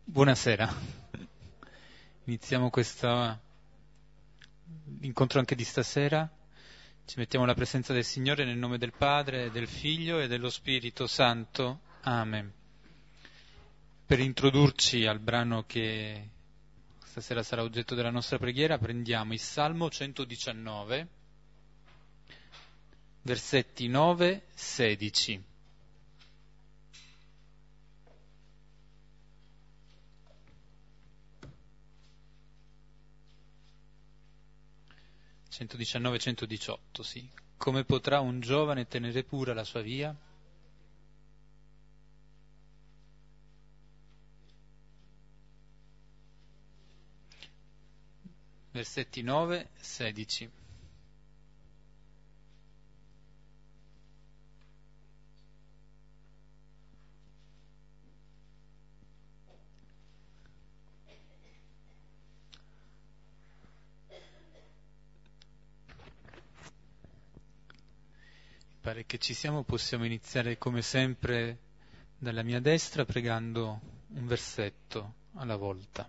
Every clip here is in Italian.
Buonasera, iniziamo questo incontro anche di stasera, ci mettiamo alla presenza del Signore nel nome del Padre, del Figlio e dello Spirito Santo. Amen. Per introdurci al brano che stasera sarà oggetto della nostra preghiera, prendiamo il Salmo 119, versetti 9-16. (119 e 118), sì. Come potrà un giovane tenere pura la sua via? Versetti 9-16. Pare che ci siamo, possiamo iniziare come sempre dalla mia destra pregando un versetto alla volta.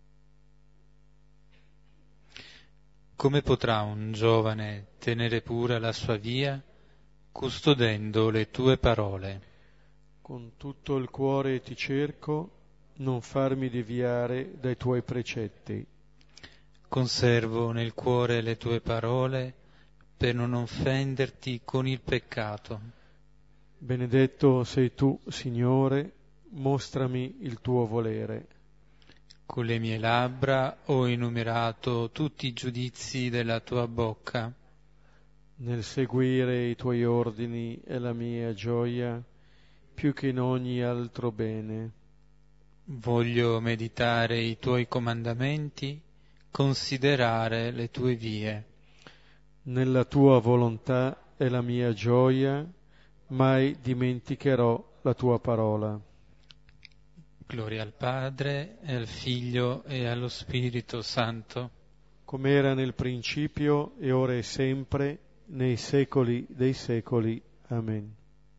Come potrà un giovane tenere pura la sua via, custodendo le tue parole? Con tutto il cuore ti cerco, non farmi deviare dai tuoi precetti. Conservo nel cuore le tue parole per non offenderti con il peccato. Benedetto sei tu, Signore, mostrami il tuo volere. Con le mie labbra ho enumerato tutti i giudizi della tua bocca. Nel seguire i tuoi ordini è la mia gioia, più che in ogni altro bene. Voglio meditare i tuoi comandamenti, considerare le tue vie. Nella tua volontà è la mia gioia, mai dimenticherò la tua parola. Gloria al Padre, e al Figlio e allo Spirito Santo. Come era nel principio e ora e sempre, nei secoli dei secoli. Amen.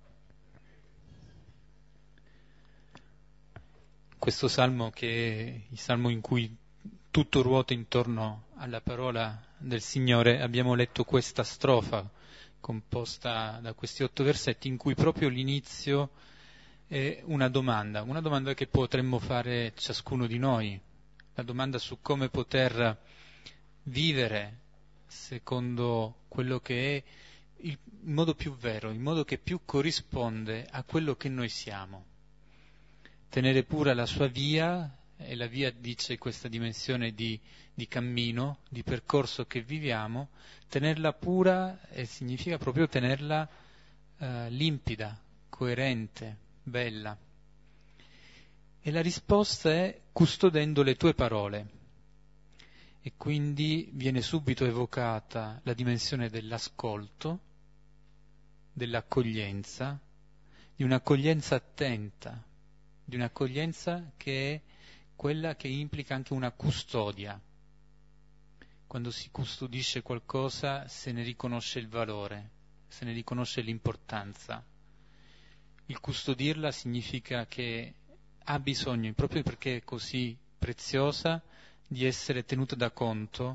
Questo salmo, che è il salmo in cui tutto ruota intorno alla parola del Signore, abbiamo letto questa strofa composta da questi 8 versetti in cui proprio l'inizio è una domanda che potremmo fare ciascuno di noi, la domanda su come poter vivere secondo quello che è il modo più vero, il modo che più corrisponde a quello che noi siamo. Tenere pura la sua via, e la via dice questa dimensione di cammino, di percorso che viviamo, tenerla pura significa proprio tenerla limpida, coerente, bella. E la risposta è custodendo le tue parole. E quindi viene subito evocata la dimensione dell'ascolto, dell'accoglienza, di un'accoglienza attenta, di un'accoglienza che è quella che implica anche una custodia. Quando si custodisce qualcosa se ne riconosce il valore, se ne riconosce l'importanza. Il custodirla significa che ha bisogno, proprio perché è così preziosa, di essere tenuta da conto.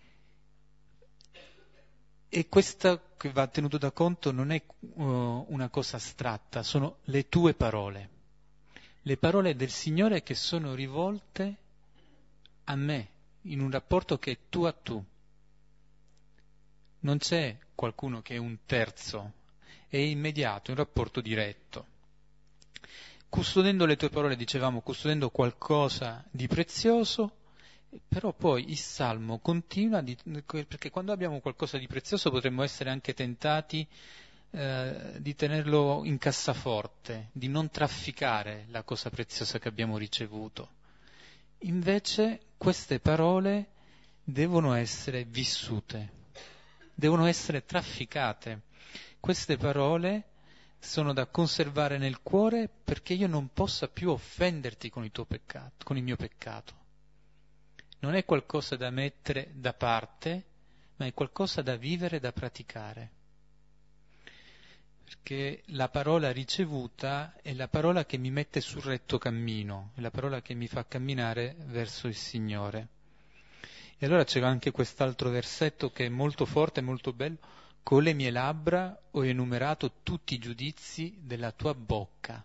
E questa che va tenuto da conto non è una cosa astratta, sono le tue parole. Le parole del Signore che sono rivolte a me, in un rapporto che è tu a tu. Non c'è qualcuno che è un terzo, è immediato, è un rapporto diretto. Custodendo le tue parole, dicevamo, custodendo qualcosa di prezioso, però poi il Salmo continua, perché quando abbiamo qualcosa di prezioso potremmo essere anche tentati di tenerlo in cassaforte, di non trafficare la cosa preziosa che abbiamo ricevuto. Invece queste parole devono essere vissute, devono essere trafficate. Queste parole sono da conservare nel cuore perché io non possa più offenderti con il tuo peccato, con il mio peccato. Non è qualcosa da mettere da parte, ma è qualcosa da vivere, da praticare. perché la parola ricevuta è la parola che mi mette sul retto cammino, è la parola che mi fa camminare verso il Signore. E allora c'è anche quest'altro versetto che è molto forte, molto bello: con le mie labbra ho enumerato tutti i giudizi della tua bocca.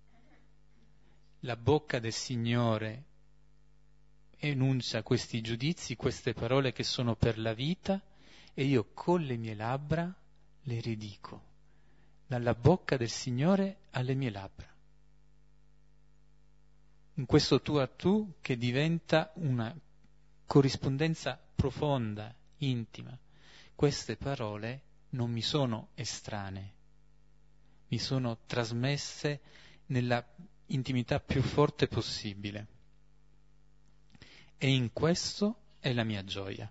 La bocca del Signore enuncia questi giudizi, queste parole che sono per la vita, e io con le mie labbra le ridico. Dalla bocca del Signore alle mie labbra. In questo tu a tu che diventa una corrispondenza profonda, intima. Queste parole non mi sono estranee, mi sono trasmesse nella intimità più forte possibile. E in questo è la mia gioia.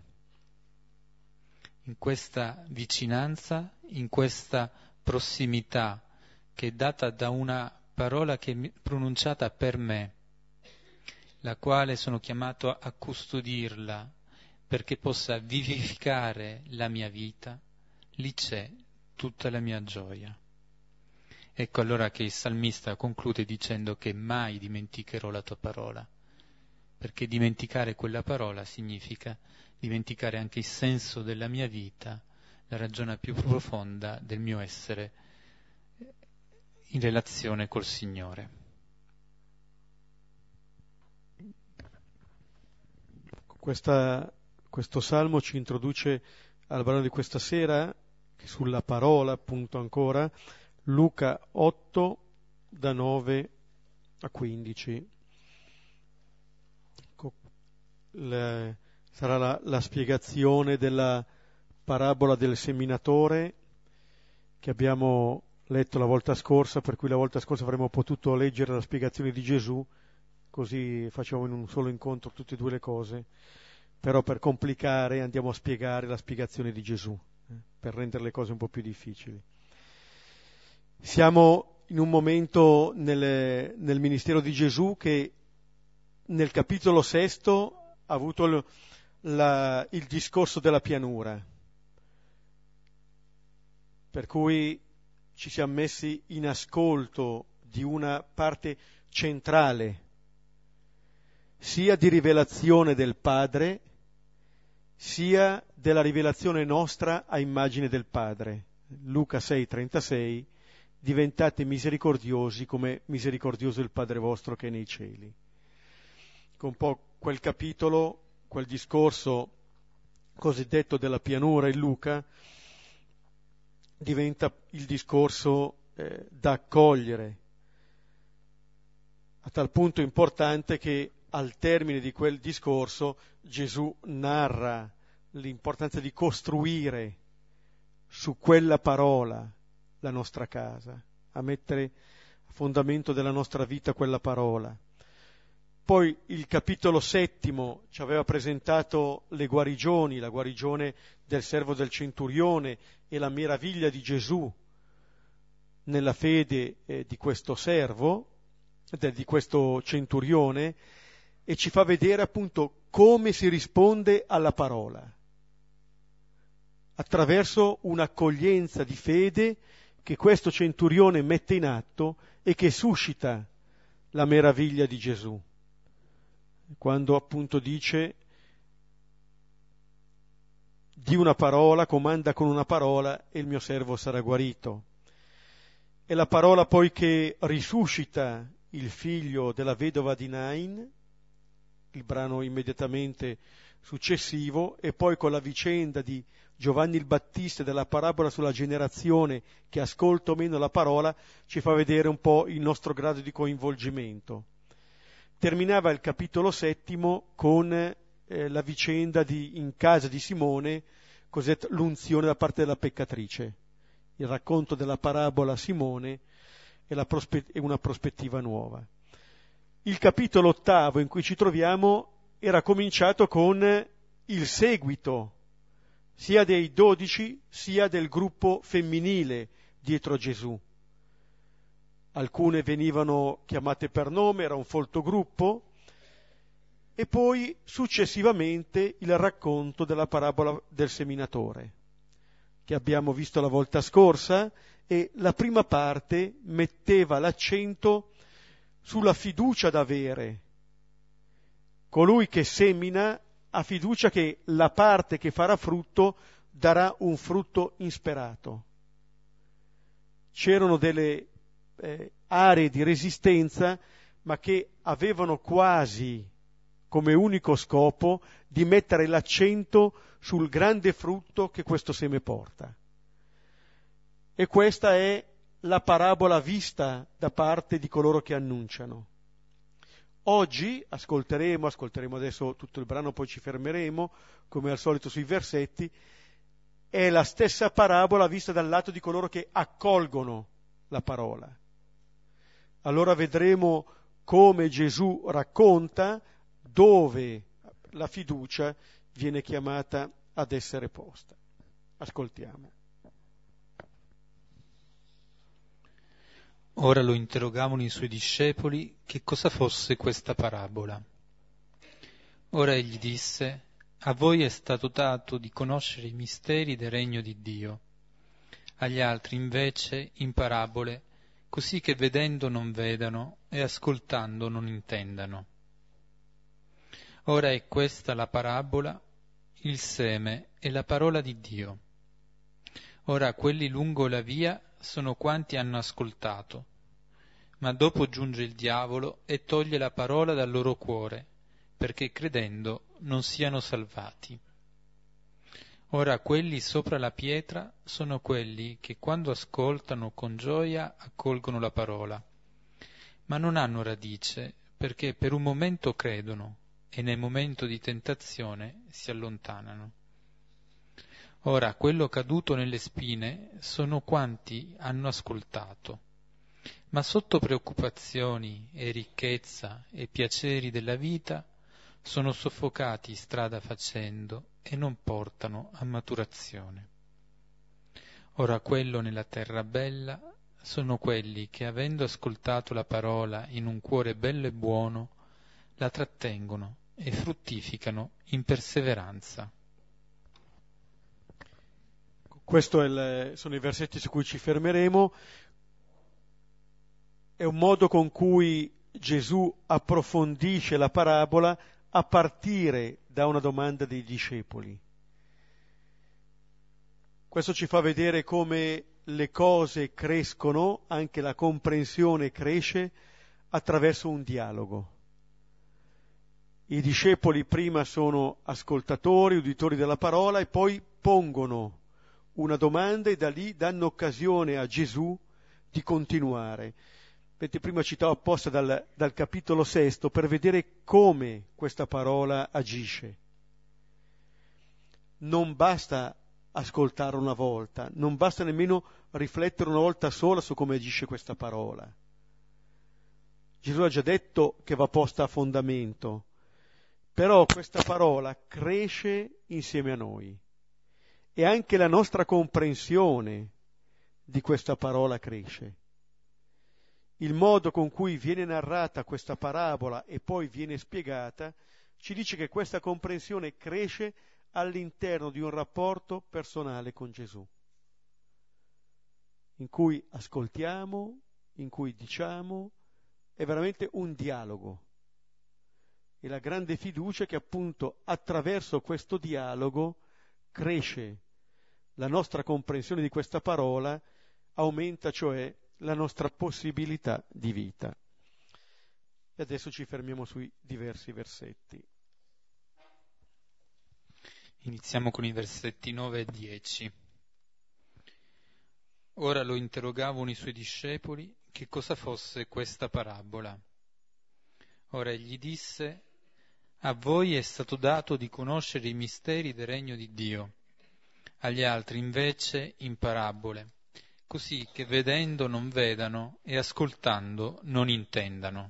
In questa vicinanza, in questa prossimità che è data da una parola che è pronunciata per me, la quale sono chiamato a custodirla perché possa vivificare la mia vita, lì c'è tutta la mia gioia. Ecco allora che il salmista conclude dicendo che mai dimenticherò la tua parola, perché dimenticare quella parola significa dimenticare anche il senso della mia vita, la ragione più profonda del mio essere in relazione col Signore. Questo salmo ci introduce al brano di questa sera, che sulla parola appunto ancora, Luca 8, da 9 a 15. Sarà la spiegazione della parabola del seminatore che abbiamo letto la volta scorsa, per cui la volta scorsa avremmo potuto leggere la spiegazione di Gesù, così facciamo in un solo incontro tutte e due le cose, però per complicare andiamo a spiegare la spiegazione di Gesù, per rendere le cose un po' più difficili. Siamo in un momento nel ministero di Gesù che nel capitolo 6 ha avuto il discorso della pianura, per cui ci siamo messi in ascolto di una parte centrale, sia di rivelazione del Padre, sia della rivelazione nostra a immagine del Padre. Luca 6,36, diventate misericordiosi come misericordioso il Padre vostro che è nei cieli. Con un po' quel capitolo, quel discorso cosiddetto della pianura in Luca, diventa il discorso da accogliere, a tal punto importante che al termine di quel discorso Gesù narra l'importanza di costruire su quella parola la nostra casa, a mettere a fondamento della nostra vita quella parola. Poi il capitolo 7 ci aveva presentato le guarigioni, la guarigione del servo del centurione e la meraviglia di Gesù nella fede di questo servo, di questo centurione, e ci fa vedere appunto come si risponde alla parola, attraverso un'accoglienza di fede che questo centurione mette in atto e che suscita la meraviglia di Gesù. Quando appunto dice di una parola, comanda con una parola e il mio servo sarà guarito. È la parola poi che risuscita il figlio della vedova di Nain, il brano immediatamente successivo, e poi con la vicenda di Giovanni il Battista della parabola sulla generazione che ascolta o meno la parola ci fa vedere un po' il nostro grado di coinvolgimento. Terminava il capitolo 7 con la vicenda in casa di Simone, cosiddetta l'unzione da parte della peccatrice, il racconto della parabola a Simone e una prospettiva nuova. Il capitolo 8 in cui ci troviamo era cominciato con il seguito sia dei 12 sia del gruppo femminile dietro Gesù. Alcune venivano chiamate per nome, era un folto gruppo, e poi successivamente il racconto della parabola del seminatore. che abbiamo visto la volta scorsa, e la prima parte metteva l'accento sulla fiducia da avere. Colui che semina ha fiducia che la parte che farà frutto darà un frutto insperato. C'erano delle aree di resistenza, ma che avevano quasi come unico scopo di mettere l'accento sul grande frutto che questo seme porta. E questa è la parabola vista da parte di coloro che annunciano. Oggi ascolteremo adesso tutto il brano, poi ci fermeremo, come al solito sui versetti, è la stessa parabola vista dal lato di coloro che accolgono la parola. Allora vedremo come Gesù racconta dove la fiducia viene chiamata ad essere posta. Ascoltiamo. Ora lo interrogavano i suoi discepoli che cosa fosse questa parabola. Ora egli disse: a voi è stato dato di conoscere i misteri del regno di Dio, agli altri invece in parabole, così che vedendo non vedano e ascoltando non intendano. Ora è questa la parabola, il seme e la parola di Dio. Ora quelli lungo la via sono quanti hanno ascoltato, ma dopo giunge il diavolo e toglie la parola dal loro cuore, perché credendo non siano salvati. Ora quelli sopra la pietra sono quelli che quando ascoltano con gioia accolgono la parola, ma non hanno radice, perché per un momento credono e nel momento di tentazione si allontanano. Ora quello caduto nelle spine sono quanti hanno ascoltato, ma sotto preoccupazioni e ricchezza e piaceri della vita sono soffocati strada facendo e non portano a maturazione. Ora quello nella terra bella sono quelli che, avendo ascoltato la parola in un cuore bello e buono, la trattengono e fruttificano in perseveranza. Questo sono i versetti su cui ci fermeremo. È un modo con cui Gesù approfondisce la parabola a partire da una domanda dei discepoli. Questo ci fa vedere come le cose crescono, anche la comprensione cresce attraverso un dialogo. I discepoli prima sono ascoltatori, uditori della parola e poi pongono una domanda e da lì danno occasione a Gesù di continuare. Vedete, prima citavo apposta dal capitolo 6 per vedere come questa parola agisce. Non basta ascoltare una volta, non basta nemmeno riflettere una volta sola su come agisce questa parola. Gesù ha già detto che va posta a fondamento, però questa parola cresce insieme a noi. E anche la nostra comprensione di questa parola cresce. Il modo con cui viene narrata questa parabola e poi viene spiegata ci dice che questa comprensione cresce all'interno di un rapporto personale con Gesù, in cui ascoltiamo, in cui diciamo, è veramente un dialogo. E la grande fiducia è che appunto attraverso questo dialogo cresce la nostra comprensione di questa parola, aumenta cioè la nostra possibilità di vita. E adesso ci fermiamo sui diversi versetti. Iniziamo con i versetti 9 e 10. Ora lo interrogavano i suoi discepoli che cosa fosse questa parabola. Ora egli disse: a voi è stato dato di conoscere i misteri del regno di Dio, agli altri invece in parabole, così che vedendo non vedano e ascoltando non intendano.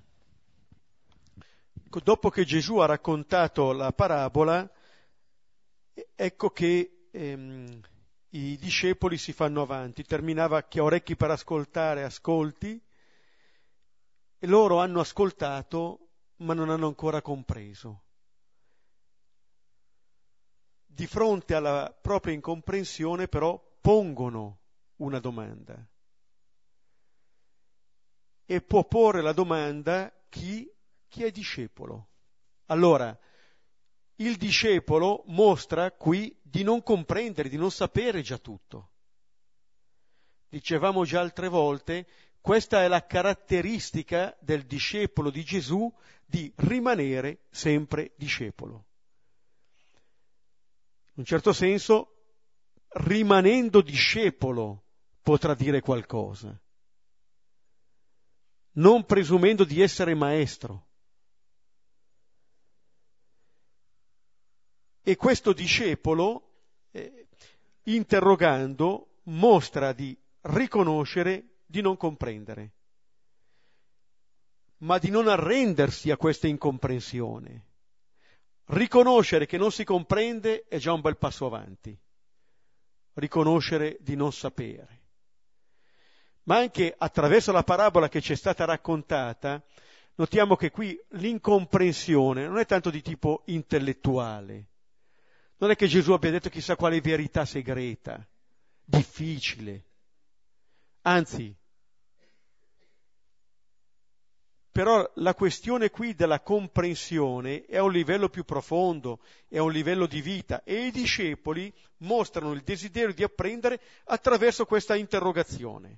Dopo che Gesù ha raccontato la parabola, ecco che i discepoli si fanno avanti. Terminava: chi ha orecchi per ascoltare, ascolti. E loro hanno ascoltato, ma non hanno ancora compreso. Di fronte alla propria incomprensione, però, pongono una domanda. E può porre la domanda chi è discepolo. Allora, il discepolo mostra qui di non comprendere, di non sapere già tutto. Dicevamo già altre volte, questa è la caratteristica del discepolo di Gesù, di rimanere sempre discepolo. In un certo senso, rimanendo discepolo, potrà dire qualcosa, non presumendo di essere maestro. E questo discepolo, interrogando, mostra di riconoscere, di non comprendere, ma di non arrendersi a questa incomprensione. Riconoscere che non si comprende è già un bel passo avanti. Riconoscere di non sapere. Ma anche attraverso la parabola che ci è stata raccontata, notiamo che qui l'incomprensione non è tanto di tipo intellettuale. Non è che Gesù abbia detto chissà quale verità segreta, difficile. Anzi, però la questione qui della comprensione è a un livello più profondo, è a un livello di vita, e i discepoli mostrano il desiderio di apprendere attraverso questa interrogazione.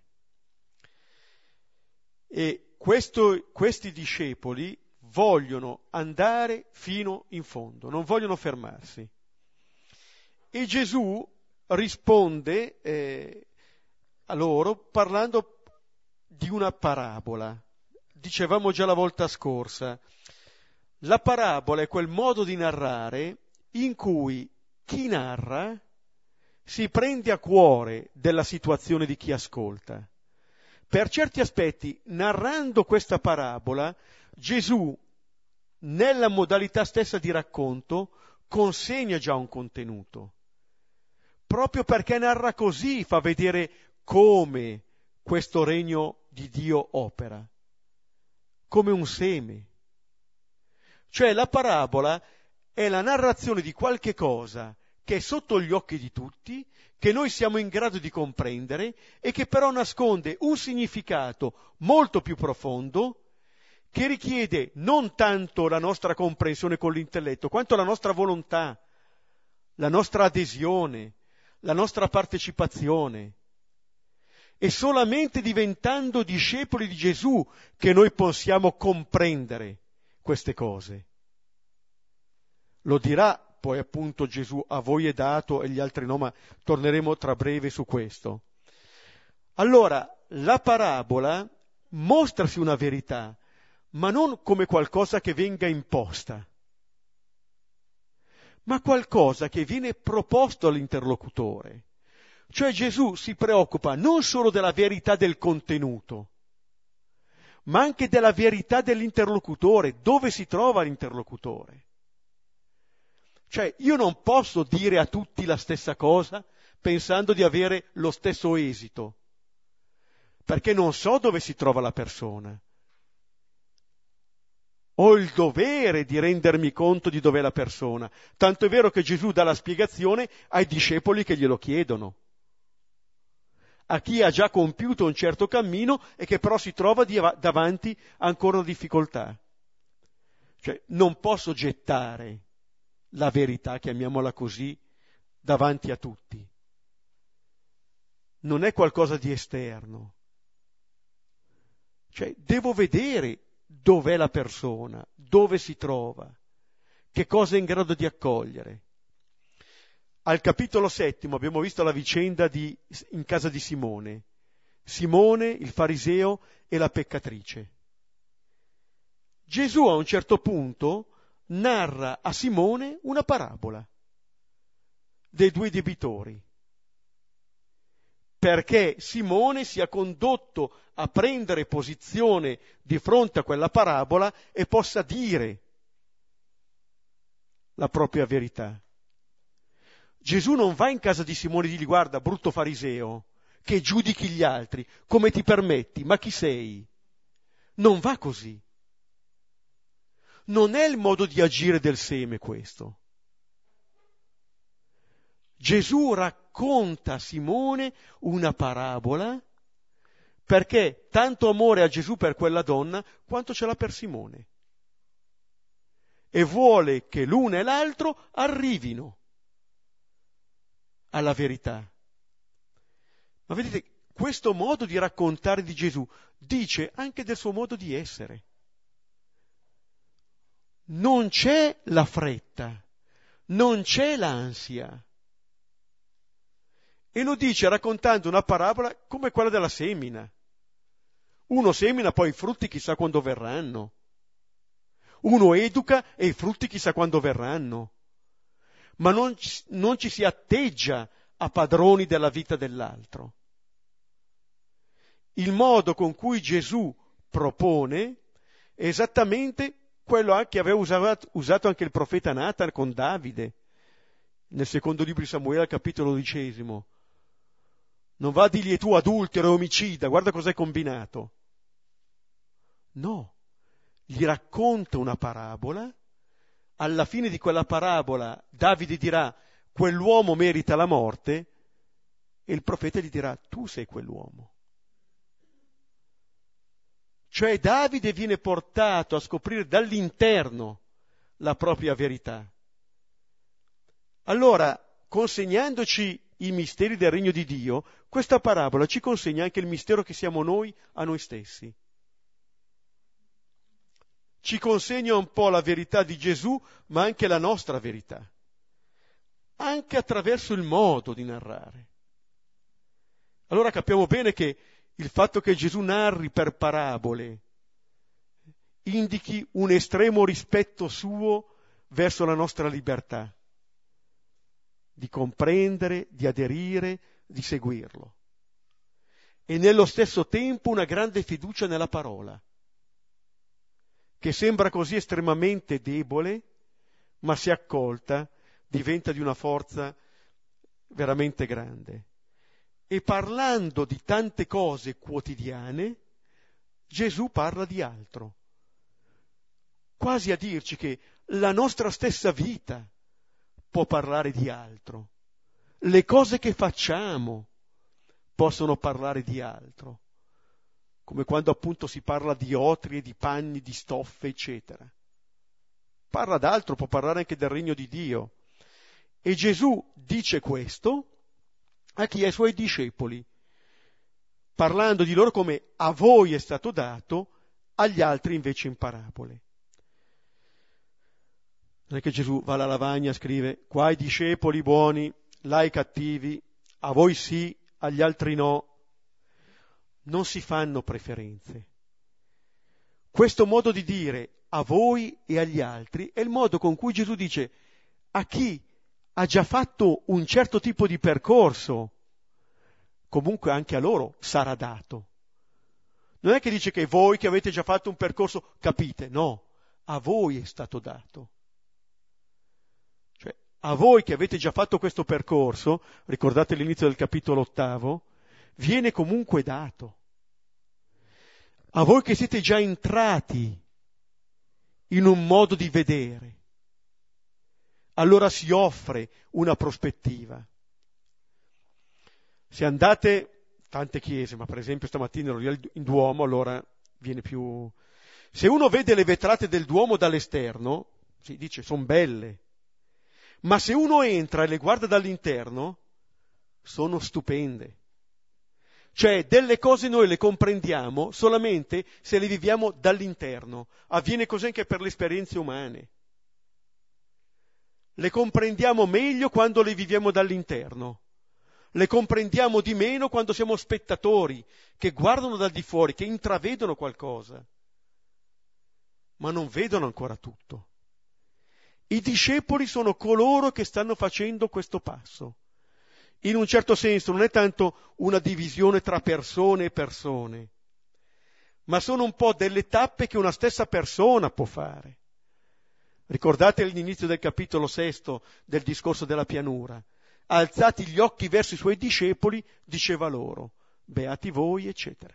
E questi discepoli vogliono andare fino in fondo, non vogliono fermarsi. E Gesù risponde a loro parlando di una parabola. Dicevamo già la volta scorsa, la parabola è quel modo di narrare in cui chi narra si prende a cuore della situazione di chi ascolta. Per certi aspetti, narrando questa parabola, Gesù, nella modalità stessa di racconto, consegna già un contenuto. Proprio perché narra così, fa vedere come questo regno di Dio opera, come un seme. Cioè la parabola è la narrazione di qualche cosa che è sotto gli occhi di tutti, che noi siamo in grado di comprendere e che però nasconde un significato molto più profondo che richiede non tanto la nostra comprensione con l'intelletto, quanto la nostra volontà, la nostra adesione, la nostra partecipazione. E solamente diventando discepoli di Gesù che noi possiamo comprendere queste cose. Lo dirà poi appunto Gesù: a voi è dato e gli altri no, ma torneremo tra breve su questo. Allora, la parabola mostrasi una verità, ma non come qualcosa che venga imposta, ma qualcosa che viene proposto all'interlocutore. Cioè Gesù si preoccupa non solo della verità del contenuto, ma anche della verità dell'interlocutore, dove si trova l'interlocutore. Cioè io non posso dire a tutti la stessa cosa pensando di avere lo stesso esito, perché non so dove si trova la persona. Ho il dovere di rendermi conto di dov'è la persona, tanto è vero che Gesù dà la spiegazione ai discepoli che glielo chiedono, a chi ha già compiuto un certo cammino e che però si trova davanti ancora una difficoltà. Cioè non posso gettare la verità, chiamiamola così, davanti a tutti. Non è qualcosa di esterno. Cioè devo vedere dov'è la persona, dove si trova, che cosa è in grado di accogliere. Al capitolo 7 abbiamo visto la vicenda in casa di Simone. Simone, il fariseo, e la peccatrice. Gesù a un certo punto narra a Simone una parabola dei due debitori, perché Simone sia condotto a prendere posizione di fronte a quella parabola e possa dire la propria verità. Gesù non va in casa di Simone e gli guarda, brutto fariseo, che giudichi gli altri, come ti permetti, ma chi sei? Non va così. Non è il modo di agire del seme questo. Gesù racconta a Simone una parabola perché tanto amore ha Gesù per quella donna quanto ce l'ha per Simone. E vuole che l'uno e l'altro arrivino alla verità. Ma vedete, questo modo di raccontare di Gesù dice anche del suo modo di essere. Non c'è la fretta, non c'è l'ansia. E lo dice raccontando una parabola come quella della semina. Uno semina, poi i frutti chissà quando verranno. Uno educa e i frutti chissà quando verranno. Ma non ci si atteggia a padroni della vita dell'altro. Il modo con cui Gesù propone è esattamente quello che aveva usato anche il profeta Natan con Davide, nel secondo libro di Samuele, al capitolo 12. Non va a dirgli tu adultero e omicida, guarda cos'hai combinato. No, gli racconta una parabola, alla fine di quella parabola Davide dirà quell'uomo merita la morte e il profeta gli dirà tu sei quell'uomo. Cioè Davide viene portato a scoprire dall'interno la propria verità. Allora, consegnandoci i misteri del regno di Dio, questa parabola ci consegna anche il mistero che siamo noi a noi stessi. Ci consegna un po' la verità di Gesù, ma anche la nostra verità, anche attraverso il modo di narrare. Allora capiamo bene che il fatto che Gesù narri per parabole indichi un estremo rispetto suo verso la nostra libertà, di comprendere, di aderire, di seguirlo. E nello stesso tempo una grande fiducia nella parola, che sembra così estremamente debole, ma se accolta diventa di una forza veramente grande. E parlando di tante cose quotidiane, Gesù parla di altro, quasi a dirci che la nostra stessa vita può parlare di altro, le cose che facciamo possono parlare di altro, come quando appunto si parla di otri e di panni, di stoffe, eccetera. Parla d'altro, può parlare anche del regno di Dio. E Gesù dice questo a chi? Ai suoi discepoli, parlando di loro come a voi è stato dato, agli altri invece in parabole. Non è che Gesù va alla lavagna e scrive qua i discepoli buoni, là i cattivi, a voi sì, agli altri no. Non si fanno preferenze. Questo modo di dire a voi e agli altri è il modo con cui Gesù dice a chi ha già fatto un certo tipo di percorso, comunque anche a loro sarà dato. Non è che dice che voi che avete già fatto un percorso capite, no, a voi è stato dato. Cioè, a voi che avete già fatto questo percorso, ricordate l'inizio del capitolo 8, viene comunque dato. A voi che siete già entrati in un modo di vedere, allora si offre una prospettiva. Se andate, tante chiese, ma per esempio stamattina ero lì in Duomo, allora viene più... Se uno vede le vetrate del Duomo dall'esterno, si dice sono belle, ma se uno entra e le guarda dall'interno, sono stupende. Cioè, delle cose noi le comprendiamo solamente se le viviamo dall'interno. Avviene così anche per le esperienze umane. Le comprendiamo meglio quando le viviamo dall'interno. Le comprendiamo di meno quando siamo spettatori, che guardano dal di fuori, che intravedono qualcosa, ma non vedono ancora tutto. I discepoli sono coloro che stanno facendo questo passo. In un certo senso non è tanto una divisione tra persone e persone, ma sono un po' delle tappe che una stessa persona può fare. Ricordate l'inizio del capitolo 6 del discorso della pianura. Alzati gli occhi verso i suoi discepoli, diceva loro, beati voi, eccetera.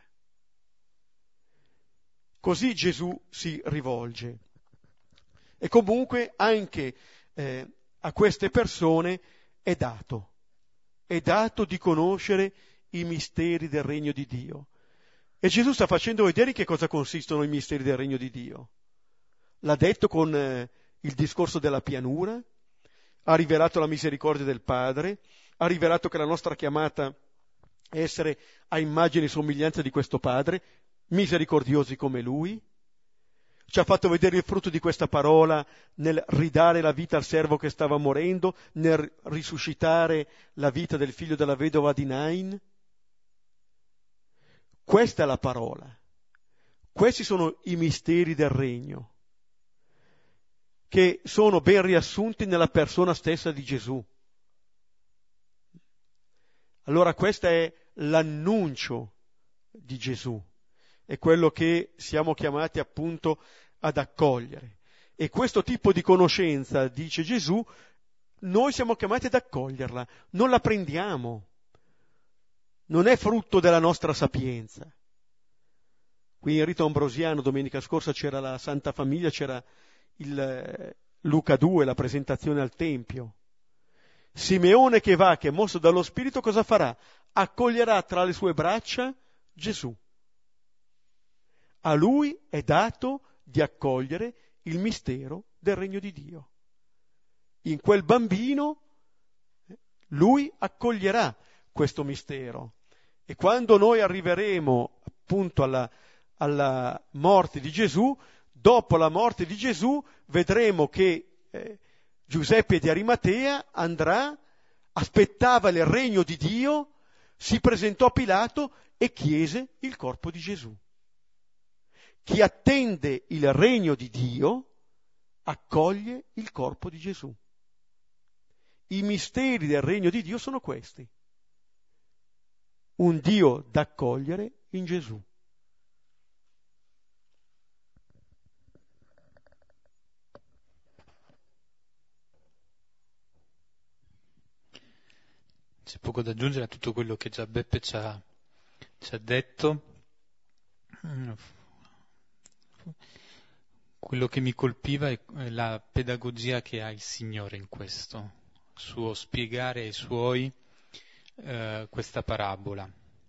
Così Gesù si rivolge. E comunque anche a queste persone è dato. è dato di conoscere i misteri del regno di Dio. E Gesù sta facendo vedere che cosa consistono i misteri del regno di Dio. L'ha detto con il discorso della pianura, ha rivelato la misericordia del Padre, ha rivelato che la nostra chiamata è essere a immagine e somiglianza di questo Padre, misericordiosi come Lui. Ci ha fatto vedere il frutto di questa parola nel ridare la vita al servo che stava morendo, nel risuscitare la vita del figlio della vedova di Nain. Questa è la parola. Questi sono i misteri del regno, che sono ben riassunti nella persona stessa di Gesù. Allora questo è l'annuncio di Gesù, è quello che siamo chiamati appunto ad accogliere. E questo tipo di conoscenza, dice Gesù, noi siamo chiamati ad accoglierla, non la prendiamo, non è frutto della nostra sapienza. Qui in rito ambrosiano domenica scorsa c'era la Santa Famiglia, c'era il Luca 2, la presentazione al Tempio. Simeone che va, che è mosso dallo Spirito, cosa farà? Accoglierà tra le sue braccia Gesù. A lui è dato di accogliere il mistero del regno di Dio. In quel bambino lui accoglierà questo mistero. E quando noi arriveremo appunto alla morte di Gesù, dopo la morte di Gesù vedremo che Giuseppe di Arimatea aspettava il regno di Dio, si presentò a Pilato e chiese il corpo di Gesù. Chi attende il regno di Dio accoglie il corpo di Gesù. I misteri del regno di Dio sono questi. Un Dio da accogliere in Gesù. C'è poco da aggiungere a tutto quello che già Beppe ci ha detto. Quello che mi colpiva è la pedagogia che ha il Signore in questo, suo spiegare ai suoi questa parabola.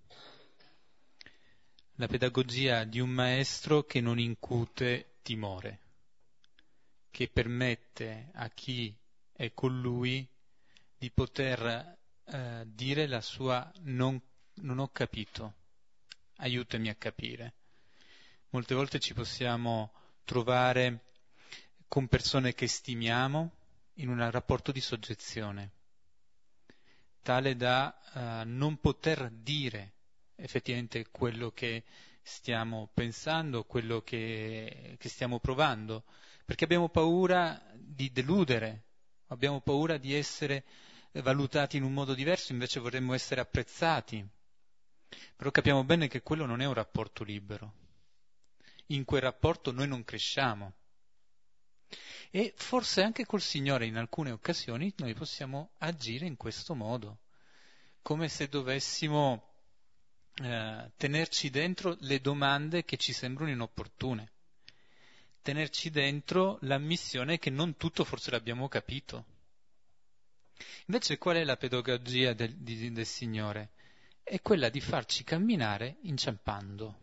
La pedagogia di un maestro che non incute timore, che permette a chi è con lui di poter dire la sua non ho capito, aiutami a capire. Molte volte ci possiamo trovare con persone che stimiamo in un rapporto di soggezione, tale da non poter dire effettivamente quello che stiamo pensando, quello che stiamo provando, perché abbiamo paura di deludere, abbiamo paura di essere valutati in un modo diverso, invece vorremmo essere apprezzati. Però capiamo bene che quello non è un rapporto libero. In quel rapporto noi non cresciamo. E forse anche col Signore in alcune occasioni noi possiamo agire in questo modo, come se dovessimo tenerci dentro le domande che ci sembrano inopportune, tenerci dentro l'ammissione che non tutto forse l'abbiamo capito. Invece qual è la pedagogia del Signore? È quella di farci camminare inciampando.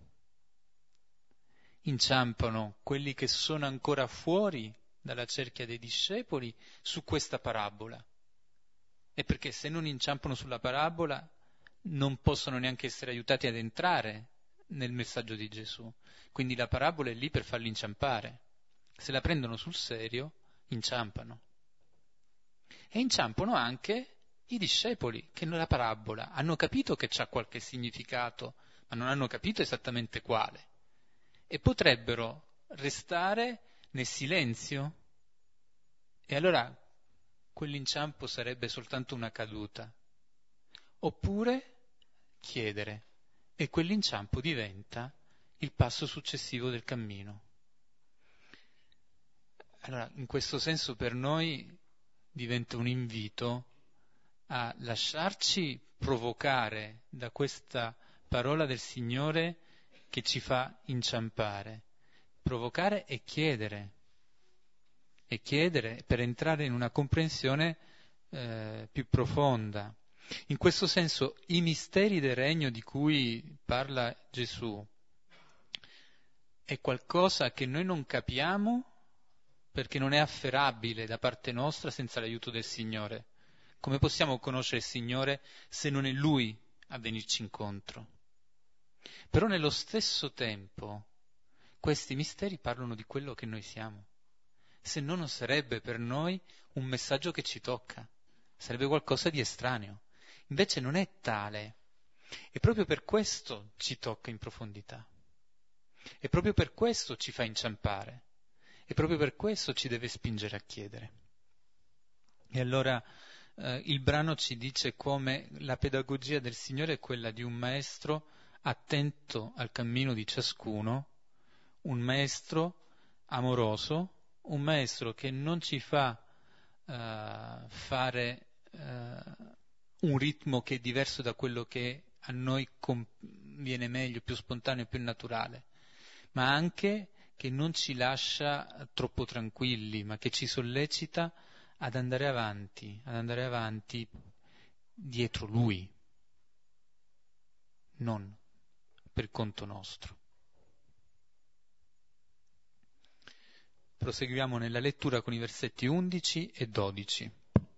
Inciampano quelli che sono ancora fuori dalla cerchia dei discepoli su questa parabola. E perché se non inciampano sulla parabola non possono neanche essere aiutati ad entrare nel messaggio di Gesù. Quindi la parabola è lì per farli inciampare. Se la prendono sul serio, inciampano. E inciampano anche i discepoli che nella parabola hanno capito che c'ha qualche significato, ma non hanno capito esattamente quale. E potrebbero restare nel silenzio. E allora quell'inciampo sarebbe soltanto una caduta. Oppure chiedere, e quell'inciampo diventa il passo successivo del cammino. Allora, in questo senso per noi diventa un invito a lasciarci provocare da questa parola del Signore che ci fa inciampare, provocare e chiedere per entrare in una comprensione più profonda. In questo senso i misteri del regno di cui parla Gesù è qualcosa che noi non capiamo perché non è afferrabile da parte nostra senza l'aiuto del Signore. Come possiamo conoscere il Signore se non è Lui a venirci incontro? Però nello stesso tempo questi misteri parlano di quello che noi siamo. Se no non sarebbe per noi un messaggio che ci tocca, sarebbe qualcosa di estraneo. Invece non è tale, e proprio per questo ci tocca in profondità, e proprio per questo ci fa inciampare, e proprio per questo ci deve spingere a chiedere. E allora il brano ci dice come la pedagogia del Signore è quella di un maestro attento al cammino di ciascuno, un maestro amoroso, un maestro che non ci fa fare un ritmo che è diverso da quello che a noi viene meglio, più spontaneo, più naturale, ma anche che non ci lascia troppo tranquilli, ma che ci sollecita ad andare avanti dietro Lui, non per conto nostro. Proseguiamo nella lettura con i versetti 11 e 12.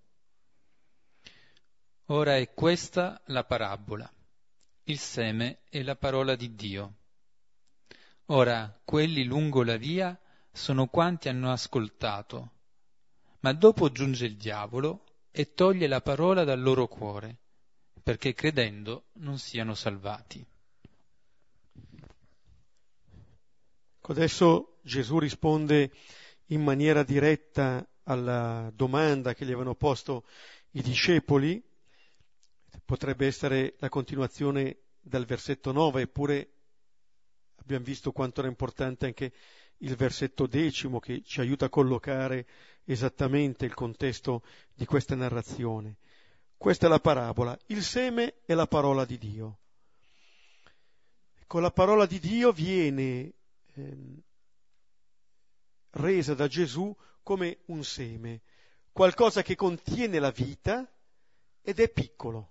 Ora è questa la parabola. Il seme è la parola di Dio. Ora, quelli lungo la via sono quanti hanno ascoltato, ma dopo giunge il diavolo e toglie la parola dal loro cuore, perché credendo non siano salvati. Adesso Gesù risponde in maniera diretta alla domanda che gli avevano posto i discepoli. Potrebbe essere la continuazione dal versetto 9, eppure abbiamo visto quanto era importante anche il versetto 10 che ci aiuta a collocare esattamente il contesto di questa narrazione. Questa è la parabola. Il seme è la parola di Dio. Con la parola di Dio viene resa da Gesù come un seme, qualcosa che contiene la vita ed è piccolo.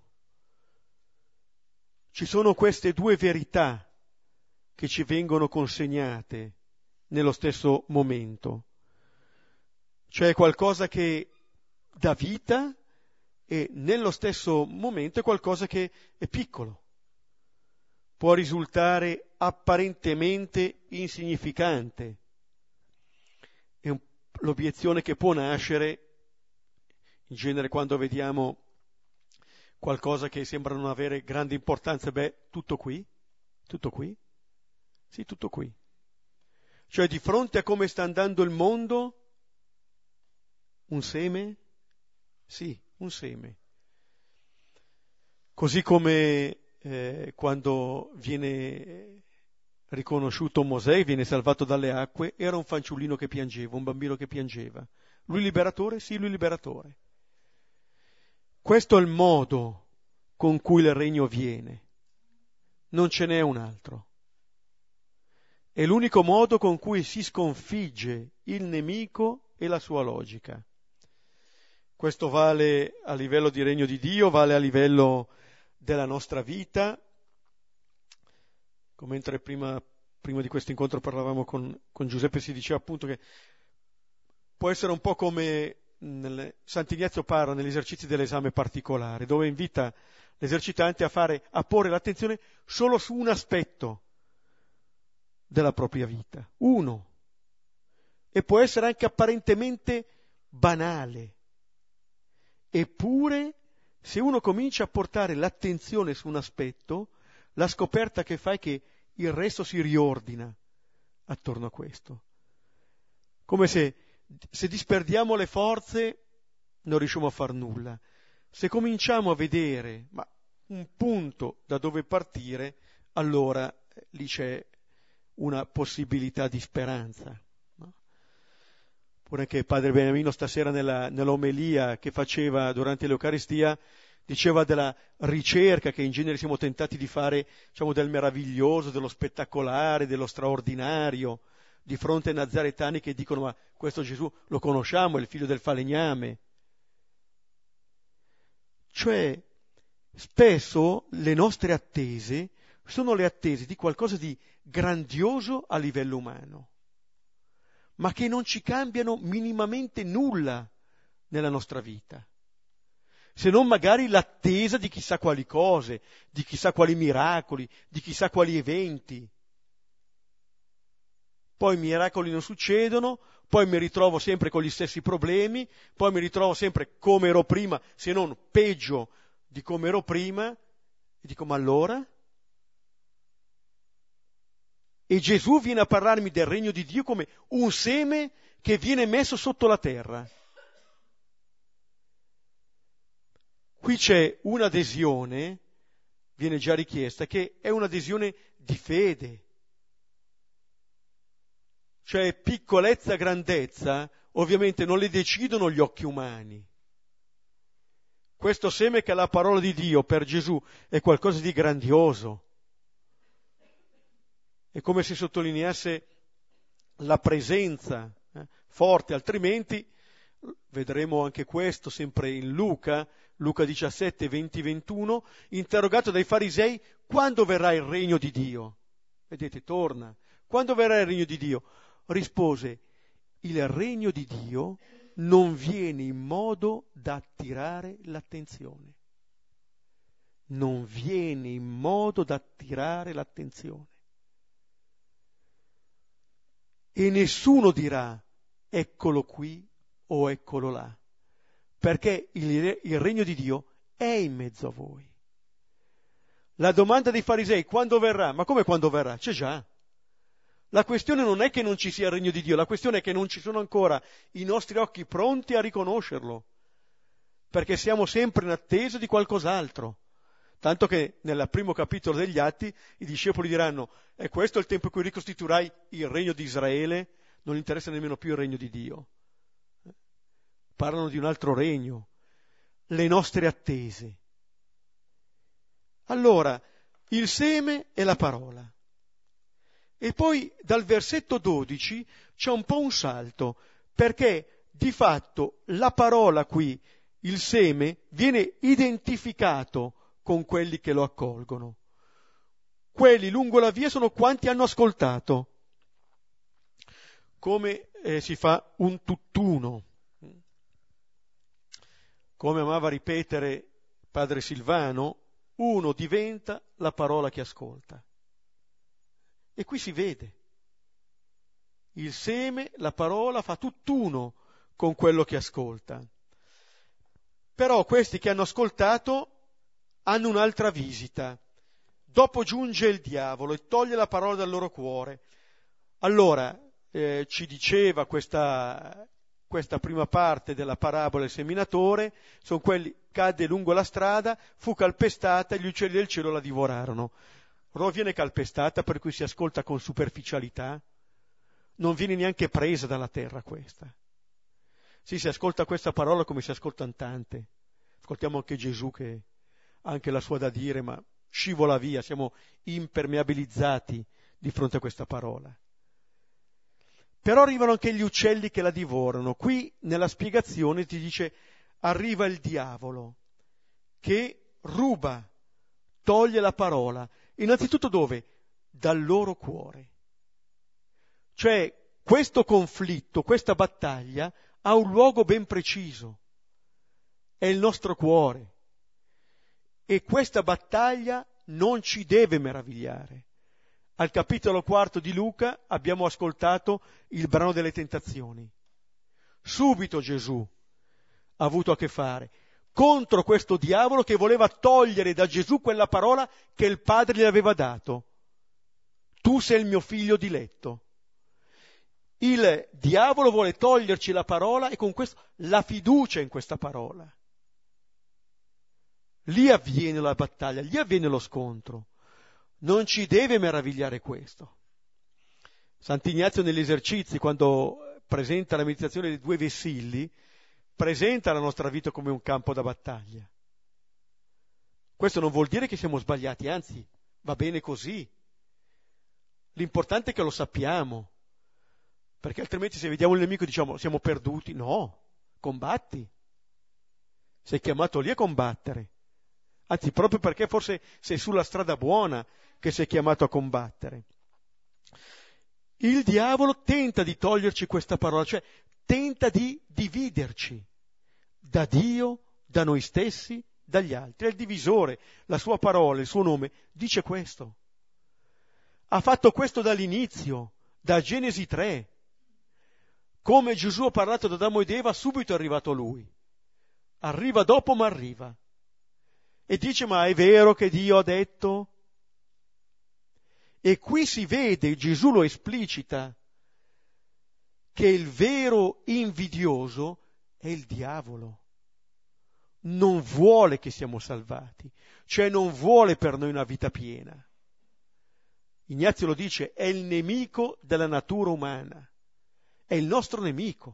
Ci sono queste due verità che ci vengono consegnate nello stesso momento. C'è qualcosa che dà vita e nello stesso momento è qualcosa che è piccolo. Può risultare apparentemente insignificante. È l'obiezione che può nascere, in genere quando vediamo qualcosa che sembra non avere grande importanza, tutto qui? Tutto qui? Sì, tutto qui. Cioè di fronte a come sta andando il mondo, un seme? Sì, un seme. Così come quando viene riconosciuto Mosè, viene salvato dalle acque, era un fanciullino che piangeva, un bambino che piangeva. Lui liberatore? Sì, lui liberatore. Questo è il modo con cui il regno viene. Non ce n'è un altro. È l'unico modo con cui si sconfigge il nemico e la sua logica. Questo vale a livello di regno di Dio, vale a livello della nostra vita. Mentre prima di questo incontro parlavamo con Giuseppe, si diceva appunto che può essere un po' come Sant'Ignazio parla negli esercizi dell'esame particolare, dove invita l'esercitante a porre l'attenzione solo su un aspetto della propria vita, uno, e può essere anche apparentemente banale. Eppure, se uno comincia a portare l'attenzione su un aspetto, la scoperta che fa è che il resto si riordina attorno a questo. Come se disperdiamo le forze non riusciamo a far nulla. Se cominciamo a vedere un punto da dove partire, allora lì c'è una possibilità di speranza. No? Pure anche Padre Beniamino stasera nell'omelia che faceva durante l'Eucaristia diceva della ricerca che in genere siamo tentati di fare, del meraviglioso, dello spettacolare, dello straordinario, di fronte ai nazaretani che dicono ma questo Gesù lo conosciamo, è il figlio del falegname. Cioè Spesso le nostre attese sono le attese di qualcosa di grandioso a livello umano, ma che non ci cambiano minimamente nulla nella nostra vita, se non magari l'attesa di chissà quali cose, di chissà quali miracoli, di chissà quali eventi. Poi i miracoli non succedono, poi mi ritrovo sempre con gli stessi problemi, poi mi ritrovo sempre come ero prima, se non peggio di come ero prima, e dico ma allora? E Gesù viene a parlarmi del regno di Dio come un seme che viene messo sotto la terra. Qui c'è un'adesione, viene già richiesta, che è un'adesione di fede. Cioè piccolezza, grandezza, ovviamente non le decidono gli occhi umani. Questo seme che è la parola di Dio per Gesù è qualcosa di grandioso. È come se sottolineasse la presenza forte, altrimenti vedremo anche questo sempre in Luca 17, 20, 21, interrogato dai farisei, quando verrà il regno di Dio? Vedete, torna. Quando verrà il regno di Dio? Rispose, il regno di Dio non viene in modo da attirare l'attenzione. Non viene in modo da attirare l'attenzione. E nessuno dirà, eccolo qui o eccolo là, perché il regno di Dio è in mezzo a voi. La domanda dei farisei, quando verrà? Ma come quando verrà? C'è già. La questione non è che non ci sia il regno di Dio, la questione è che non ci sono ancora i nostri occhi pronti a riconoscerlo, perché siamo sempre in attesa di qualcos'altro. Tanto che nel primo capitolo degli Atti i discepoli diranno, è questo il tempo in cui ricostituirai il regno di Israele? Non gli interessa nemmeno più il regno di Dio. Parlano di un altro regno, le nostre attese. Allora, il seme è la parola. E poi dal versetto 12 c'è un po' un salto, perché di fatto la parola qui, il seme, viene identificato con quelli che lo accolgono. Quelli lungo la via sono quanti hanno ascoltato. Come si fa un tutt'uno. Come amava ripetere padre Silvano, uno diventa la parola che ascolta. E qui si vede. Il seme, la parola, fa tutt'uno con quello che ascolta. Però questi che hanno ascoltato hanno un'altra visita. Dopo giunge il diavolo e toglie la parola dal loro cuore. Allora, ci diceva questa prima parte della parabola del seminatore, sono quelli, cadde lungo la strada, fu calpestata e gli uccelli del cielo la divorarono. Non viene calpestata, per cui si ascolta con superficialità, non viene neanche presa dalla terra questa. Sì, si ascolta questa parola come si ascoltano tante. Ascoltiamo anche Gesù che ha anche la sua da dire, ma scivola via, siamo impermeabilizzati di fronte a questa parola. Però arrivano anche gli uccelli che la divorano. Qui nella spiegazione ti dice arriva il diavolo che ruba, toglie la parola. Innanzitutto dove? Dal loro cuore. Cioè questo conflitto, questa battaglia ha un luogo ben preciso. È il nostro cuore. E questa battaglia non ci deve meravigliare. Al capitolo 4 di Luca abbiamo ascoltato il brano delle tentazioni. Subito Gesù ha avuto a che fare contro questo diavolo che voleva togliere da Gesù quella parola che il Padre gli aveva dato. Tu sei il mio figlio diletto. Il diavolo vuole toglierci la parola e con questo la fiducia in questa parola. Lì avviene la battaglia, lì avviene lo scontro. Non ci deve meravigliare questo. Sant'Ignazio negli esercizi, quando presenta la meditazione dei 2 vessilli, presenta la nostra vita come un campo da battaglia. Questo non vuol dire che siamo sbagliati, anzi, va bene così. L'importante è che lo sappiamo, perché altrimenti se vediamo il nemico diciamo siamo perduti. No, combatti. Sei chiamato lì a combattere. anzi proprio perché forse sei sulla strada buona che sei chiamato a combattere. Il diavolo tenta di toglierci questa parola, cioè tenta di dividerci da Dio, da noi stessi, dagli altri. È il divisore, la sua parola, il suo nome, dice questo. Ha fatto questo dall'inizio, da Genesi 3. Come Gesù ha parlato ad Adamo ed Eva, subito è arrivato lui. Arriva dopo, ma arriva. E dice, ma è vero che Dio ha detto? E qui si vede, Gesù lo esplicita, che il vero invidioso è il diavolo. Non vuole che siamo salvati, cioè non vuole per noi una vita piena. Ignazio lo dice, è il nemico della natura umana, è il nostro nemico.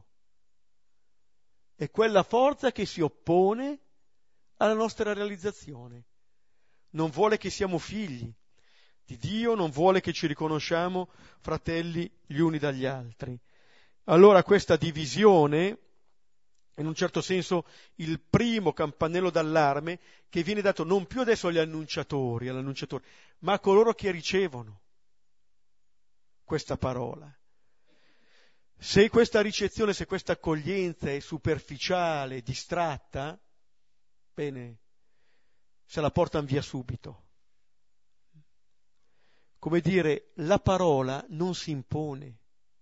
È quella forza che si oppone alla nostra realizzazione. Non vuole che siamo figli di Dio, non vuole che ci riconosciamo fratelli gli uni dagli altri. Allora questa divisione è in un certo senso il primo campanello d'allarme che viene dato non più adesso all'annunciatori, ma a coloro che ricevono questa parola. Se questa ricezione, se questa accoglienza è superficiale, distratta, bene, se la portano via subito. Come dire, la parola non si impone,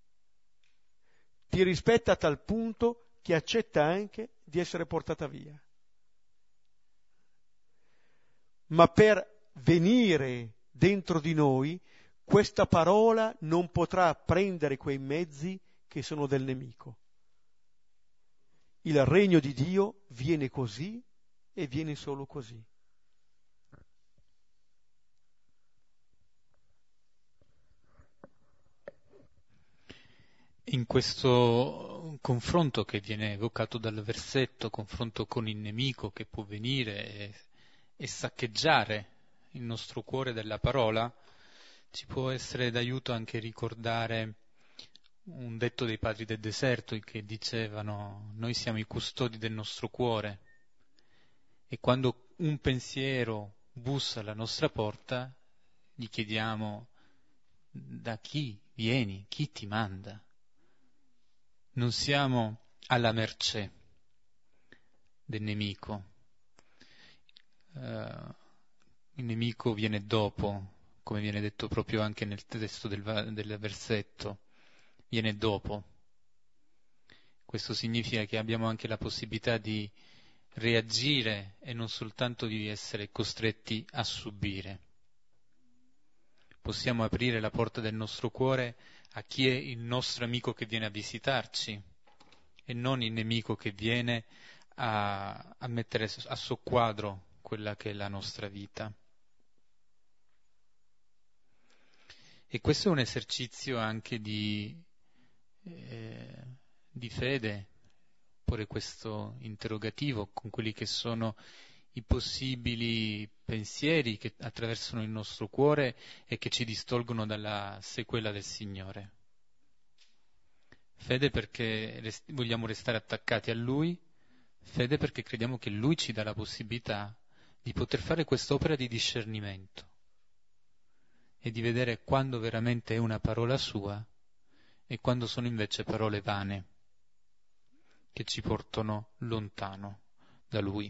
ti rispetta a tal punto che accetta anche di essere portata via. Ma per venire dentro di noi, questa parola non potrà prendere quei mezzi che sono del nemico. Il regno di Dio viene così e viene solo così. In questo confronto che viene evocato dal versetto, confronto con il nemico che può venire e saccheggiare il nostro cuore della parola, ci può essere d'aiuto anche ricordare un detto dei padri del deserto che dicevano: noi siamo i custodi del nostro cuore, e quando un pensiero bussa alla nostra porta gli chiediamo: da chi vieni? Chi ti manda? Non siamo alla mercé del nemico. Il nemico viene dopo, come viene detto proprio anche nel testo del versetto, viene dopo. Questo significa che abbiamo anche la possibilità di reagire e non soltanto di essere costretti a subire. Possiamo aprire la porta del nostro cuore a chi è il nostro amico che viene a visitarci e non il nemico che viene a mettere a soqquadro quella che è la nostra vita. E questo è un esercizio anche di fede, porre questo interrogativo con quelli che sono i possibili pensieri che attraversano il nostro cuore e che ci distolgono dalla sequela del Signore. Fede perché vogliamo restare attaccati a Lui, fede perché crediamo che Lui ci dà la possibilità di poter fare quest'opera di discernimento e di vedere quando veramente è una parola sua e quando sono invece parole vane che ci portano lontano da Lui.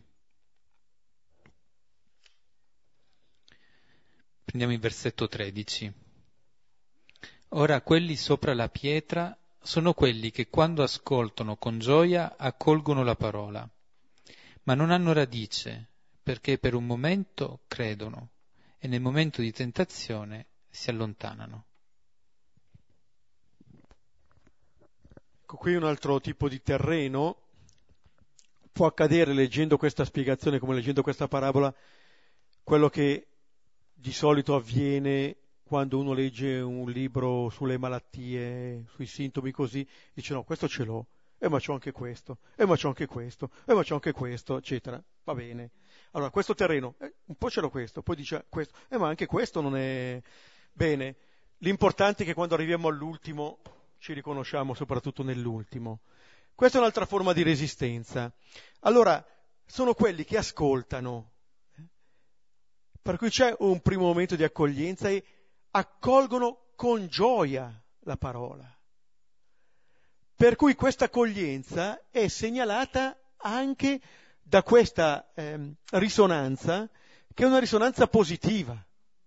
Prendiamo il versetto 13. Ora quelli sopra la pietra sono quelli che quando ascoltano con gioia accolgono la parola, ma non hanno radice perché per un momento credono e nel momento di tentazione si allontanano. Ecco, qui un altro tipo di terreno. Può accadere leggendo questa spiegazione, come leggendo questa parabola, quello che di solito avviene quando uno legge un libro sulle malattie, sui sintomi così, dice no, questo ce l'ho, ma c'ho anche questo, ma c'ho anche questo, ma c'ho anche questo, eccetera. Va bene. Allora, questo terreno, un po' ce l'ho questo, poi dice questo, ma anche questo non è bene. L'importante è che quando arriviamo all'ultimo ci riconosciamo soprattutto nell'ultimo. Questa è un'altra forma di resistenza. Allora, sono quelli che ascoltano, Per cui c'è un primo momento di accoglienza e accolgono con gioia la parola. Per cui questa accoglienza è segnalata anche da questa risonanza, che è una risonanza positiva.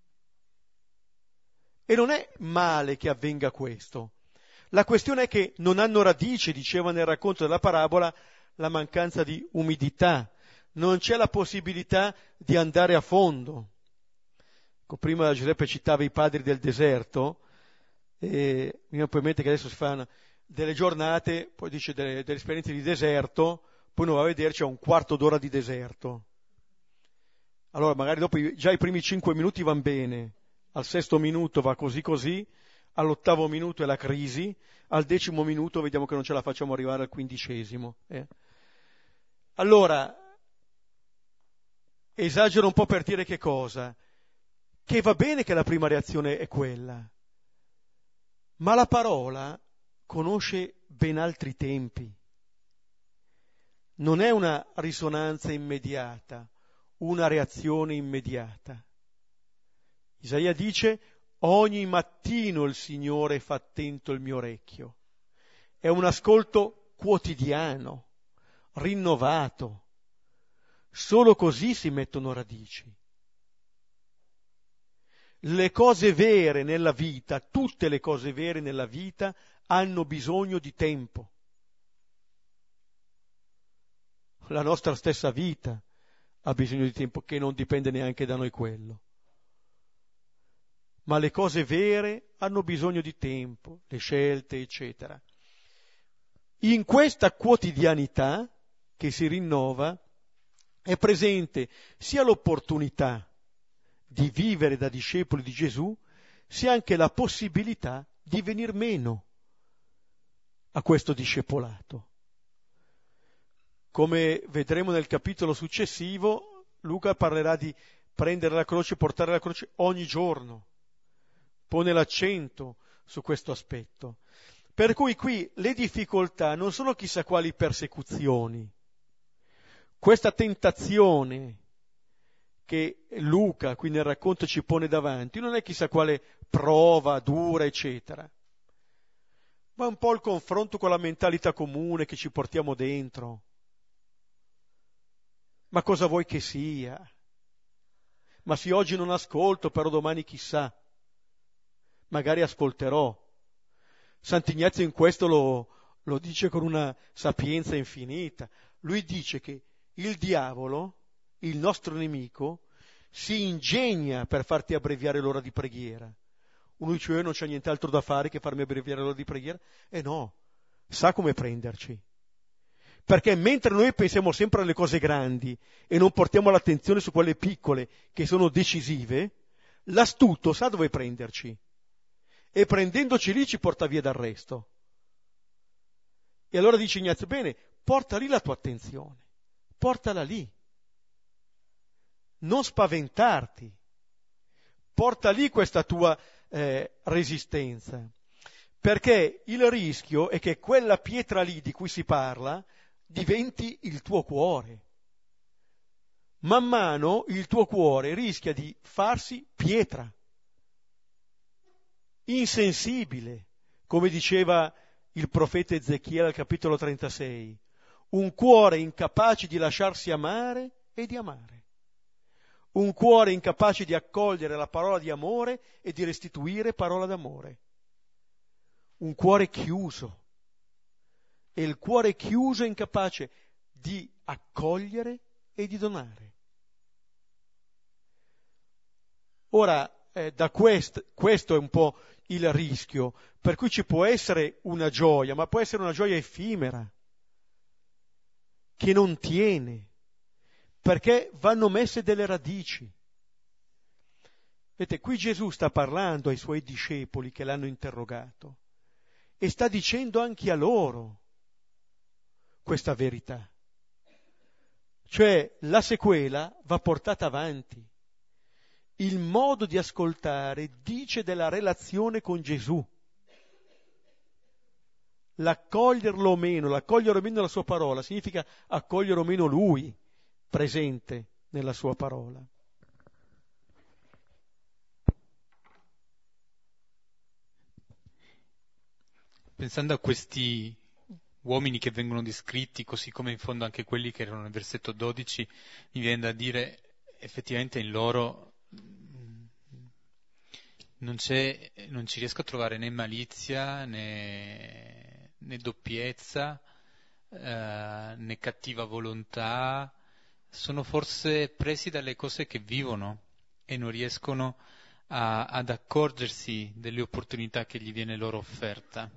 E non è male che avvenga questo. La questione è che non hanno radice, diceva nel racconto della parabola, la mancanza di umidità. Non c'è la possibilità di andare a fondo. Prima Giuseppe citava i padri del deserto, e mi viene poi in mente che adesso si fanno delle giornate, poi dice delle esperienze di deserto, poi uno va a vedere c'è un quarto d'ora di deserto. Allora magari dopo già i primi 5 minuti van bene, al 6° minuto va così così, all'8° minuto è la crisi, al 10° minuto vediamo che non ce la facciamo arrivare al 15°. Allora, esagero un po' per dire che cosa? Che va bene che la prima reazione è quella, ma la parola conosce ben altri tempi. Non è una risonanza immediata, una reazione immediata. Isaia dice: ogni mattino il Signore fa attento il mio orecchio. È un ascolto quotidiano, rinnovato. Solo così si mettono radici. Le cose vere nella vita, tutte le cose vere nella vita, hanno bisogno di tempo. La nostra stessa vita ha bisogno di tempo, che non dipende neanche da noi quello. Ma le cose vere hanno bisogno di tempo, le scelte, eccetera. In questa quotidianità che si rinnova è presente sia l'opportunità di vivere da discepoli di Gesù, sia anche la possibilità di venir meno a questo discepolato. Come vedremo nel capitolo successivo, Luca parlerà di prendere la croce e portare la croce ogni giorno. Pone l'accento su questo aspetto. Per cui qui le difficoltà non sono chissà quali persecuzioni. Questa tentazione che Luca qui nel racconto ci pone davanti non è chissà quale prova dura, eccetera, ma un po' il confronto con la mentalità comune che ci portiamo dentro. Ma cosa vuoi che sia? Ma se oggi non ascolto, però domani chissà, magari ascolterò. Sant'Ignazio in questo lo dice con una sapienza infinita. Lui dice che il diavolo, il nostro nemico, si ingegna per farti abbreviare l'ora di preghiera. Uno dice: non c'è nient'altro da fare che farmi abbreviare l'ora di preghiera. No, sa come prenderci. Perché mentre noi pensiamo sempre alle cose grandi e non portiamo l'attenzione su quelle piccole che sono decisive, l'astuto sa dove prenderci. E prendendoci lì ci porta via dal resto. E allora dice Ignazio: bene, porta lì la tua attenzione, portala lì. Non spaventarti, porta lì questa tua resistenza, perché il rischio è che quella pietra lì di cui si parla diventi il tuo cuore. Man mano il tuo cuore rischia di farsi pietra, insensibile, come diceva il profeta Ezechiele al capitolo 36, un cuore incapace di lasciarsi amare e di amare. Un cuore incapace di accogliere la parola di amore e di restituire parola d'amore. Un cuore chiuso. E il cuore chiuso è incapace di accogliere e di donare. Ora, da questo è un po' il rischio, per cui ci può essere una gioia, ma può essere una gioia effimera, che non tiene, perché vanno messe delle radici. Vedete, qui Gesù sta parlando ai suoi discepoli che l'hanno interrogato e sta dicendo anche a loro questa verità. Cioè, la sequela va portata avanti. Il modo di ascoltare dice della relazione con Gesù. L'accogliere o meno la sua parola, significa accogliere o meno Lui, presente nella sua parola. pensando a questi uomini che vengono descritti, così come in fondo anche quelli che erano nel versetto 12, mi viene da dire effettivamente in loro non ci riesco a trovare né malizia né doppiezza né cattiva volontà, sono forse presi dalle cose che vivono e non riescono ad accorgersi delle opportunità che gli viene loro offerta.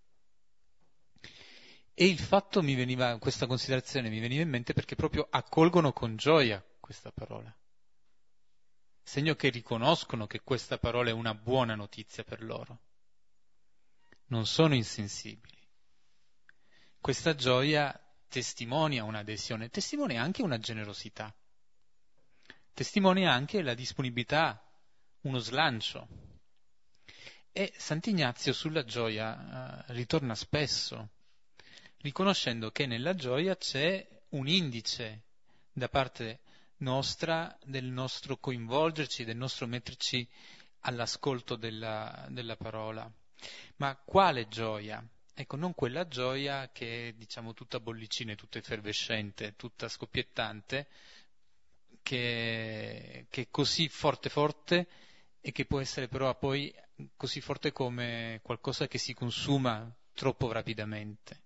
E il fatto questa considerazione mi veniva in mente perché proprio accolgono con gioia questa parola. Segno che riconoscono che questa parola è una buona notizia per loro. Non sono insensibili. Questa gioia testimonia un'adesione, testimonia anche una generosità, testimonia anche la disponibilità, uno slancio. E Sant'Ignazio sulla gioia ritorna spesso, riconoscendo che nella gioia c'è un indice da parte nostra del nostro coinvolgerci, del nostro metterci all'ascolto della parola. Ma quale gioia? Ecco, non quella gioia che è, diciamo, tutta bollicina, tutta effervescente, tutta scoppiettante, che è così forte forte e che può essere però poi così forte come qualcosa che si consuma troppo rapidamente.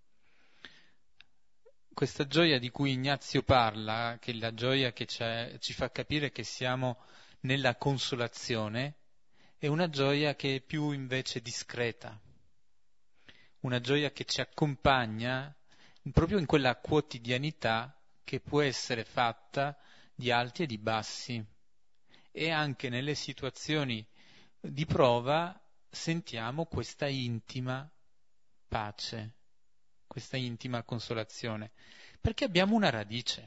Questa gioia di cui Ignazio parla, che è la gioia che ci fa capire che siamo nella consolazione, è una gioia che è più invece discreta, una gioia che ci accompagna proprio in quella quotidianità che può essere fatta di alti e di bassi, e anche nelle situazioni di prova sentiamo questa intima pace, questa intima consolazione, perché abbiamo una radice,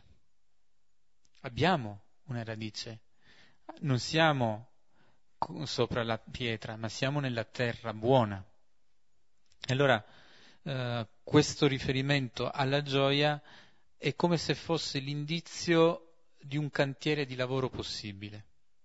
non siamo sopra la pietra, ma siamo nella terra buona. Allora, questo riferimento alla gioia è come se fosse l'indizio di un cantiere di lavoro possibile.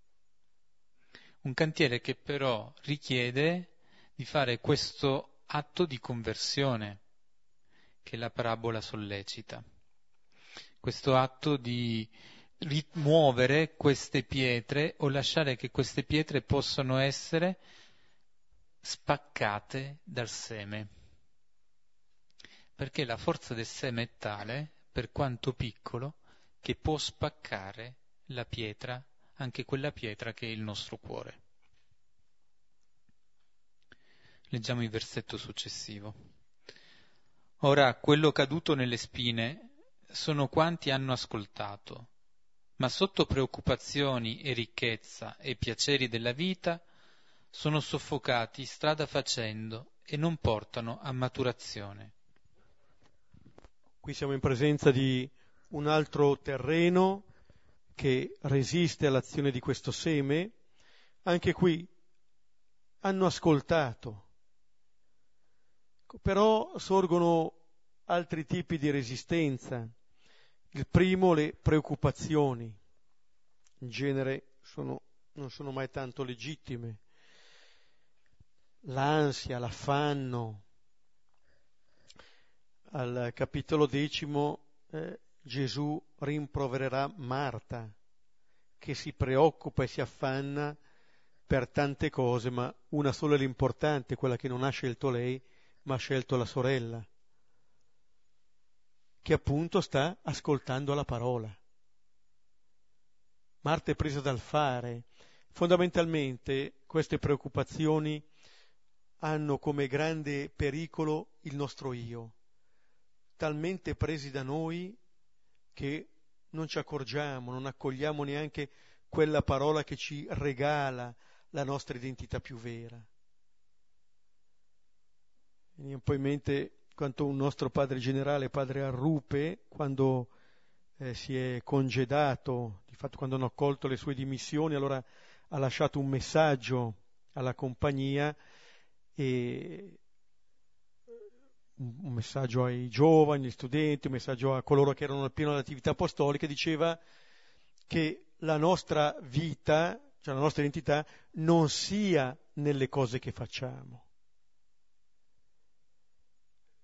Un cantiere che però richiede di fare questo atto di conversione che la parabola sollecita. Questo atto di rimuovere queste pietre o lasciare che queste pietre possano essere spaccate dal seme. Perché la forza del seme è tale, per quanto piccolo, che può spaccare la pietra, anche quella pietra che è il nostro cuore. Leggiamo il versetto successivo. Ora, quello caduto nelle spine sono quanti hanno ascoltato, ma sotto preoccupazioni e ricchezza e piaceri della vita sono soffocati strada facendo e non portano a maturazione. Qui siamo in presenza di un altro terreno che resiste all'azione di questo seme. Anche qui hanno ascoltato, però sorgono altri tipi di resistenza. Il primo, le preoccupazioni, in genere non sono mai tanto legittime. L'ansia, l'affanno. Al capitolo 10 Gesù rimprovererà Marta, che si preoccupa e si affanna per tante cose, ma una sola è l'importante, quella che non ha scelto lei, ma ha scelto la sorella, che appunto sta ascoltando la parola. Marta è presa dal fare. Fondamentalmente queste preoccupazioni hanno come grande pericolo il nostro io, talmente presi da noi che non ci accorgiamo, non accogliamo neanche quella parola che ci regala la nostra identità più vera. Mi viene poi in mente quanto un nostro padre generale, padre Arrupe, quando si è congedato, di fatto quando hanno accolto le sue dimissioni, allora ha lasciato un messaggio alla compagnia, e un messaggio ai giovani, agli studenti, un messaggio a coloro che erano al pieno dell'attività apostolica, diceva che la nostra vita, cioè la nostra identità, non sia nelle cose che facciamo,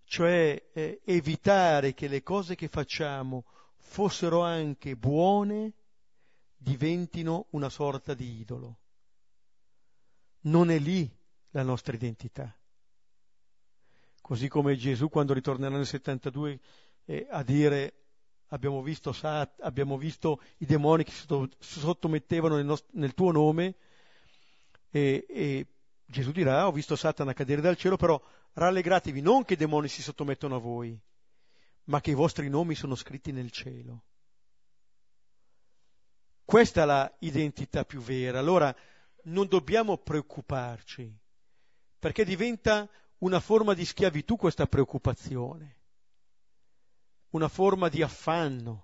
cioè evitare che le cose che facciamo fossero anche buone, diventino una sorta di idolo. Non è lì la nostra identità. Così come Gesù, quando ritornerà nel 72 a dire abbiamo visto i demoni che si sottomettevano nel tuo nome, e Gesù dirà: ho visto Satana cadere dal cielo, però rallegratevi non che i demoni si sottomettono a voi, ma che i vostri nomi sono scritti nel cielo. Questa è la identità più vera. Allora non dobbiamo preoccuparci, perché diventa una forma di schiavitù questa preoccupazione, una forma di affanno,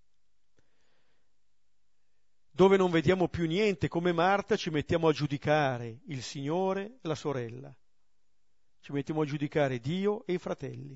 dove non vediamo più niente. Come Marta ci mettiamo a giudicare il Signore e la sorella, ci mettiamo a giudicare Dio e i fratelli,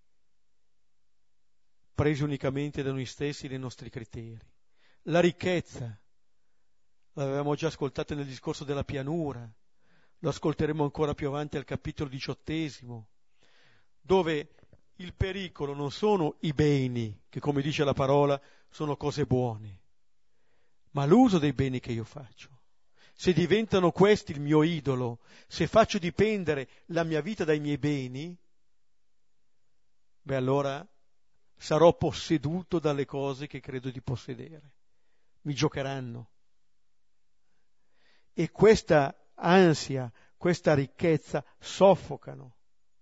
presi unicamente da noi stessi e dai nostri criteri. La ricchezza, l'avevamo già ascoltata nel discorso della pianura, lo ascolteremo ancora più avanti al capitolo 18, dove il pericolo non sono i beni, che come dice la parola sono cose buone, ma l'uso dei beni che io faccio. Se diventano questi il mio idolo, se faccio dipendere la mia vita dai miei beni, allora sarò posseduto dalle cose che credo di possedere. Mi giocheranno. E questa ansia, questa ricchezza soffocano.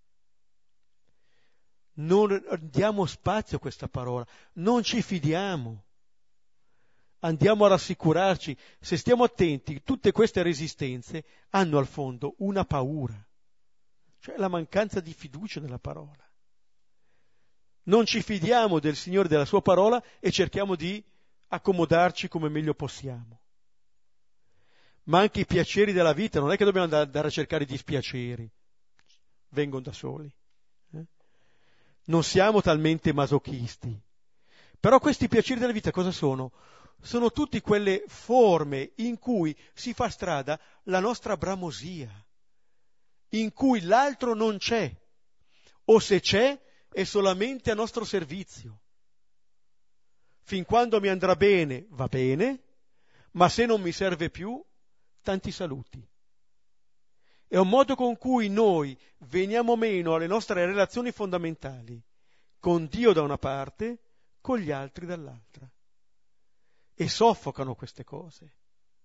Non diamo spazio a questa parola, non ci fidiamo. Andiamo a rassicurarci. Se stiamo attenti, tutte queste resistenze hanno al fondo una paura, cioè la mancanza di fiducia nella parola. Non ci fidiamo del Signore e della Sua parola e cerchiamo di accomodarci come meglio possiamo. Ma anche i piaceri della vita, non è che dobbiamo andare a cercare i dispiaceri, vengono da soli. Non siamo talmente masochisti. Però questi piaceri della vita cosa sono? Sono tutte quelle forme in cui si fa strada la nostra bramosia, in cui l'altro non c'è, o se c'è è solamente a nostro servizio. Fin quando mi andrà bene, va bene, ma se non mi serve più, tanti saluti. È un modo con cui noi veniamo meno alle nostre relazioni fondamentali, con Dio da una parte, con gli altri dall'altra. E soffocano queste cose.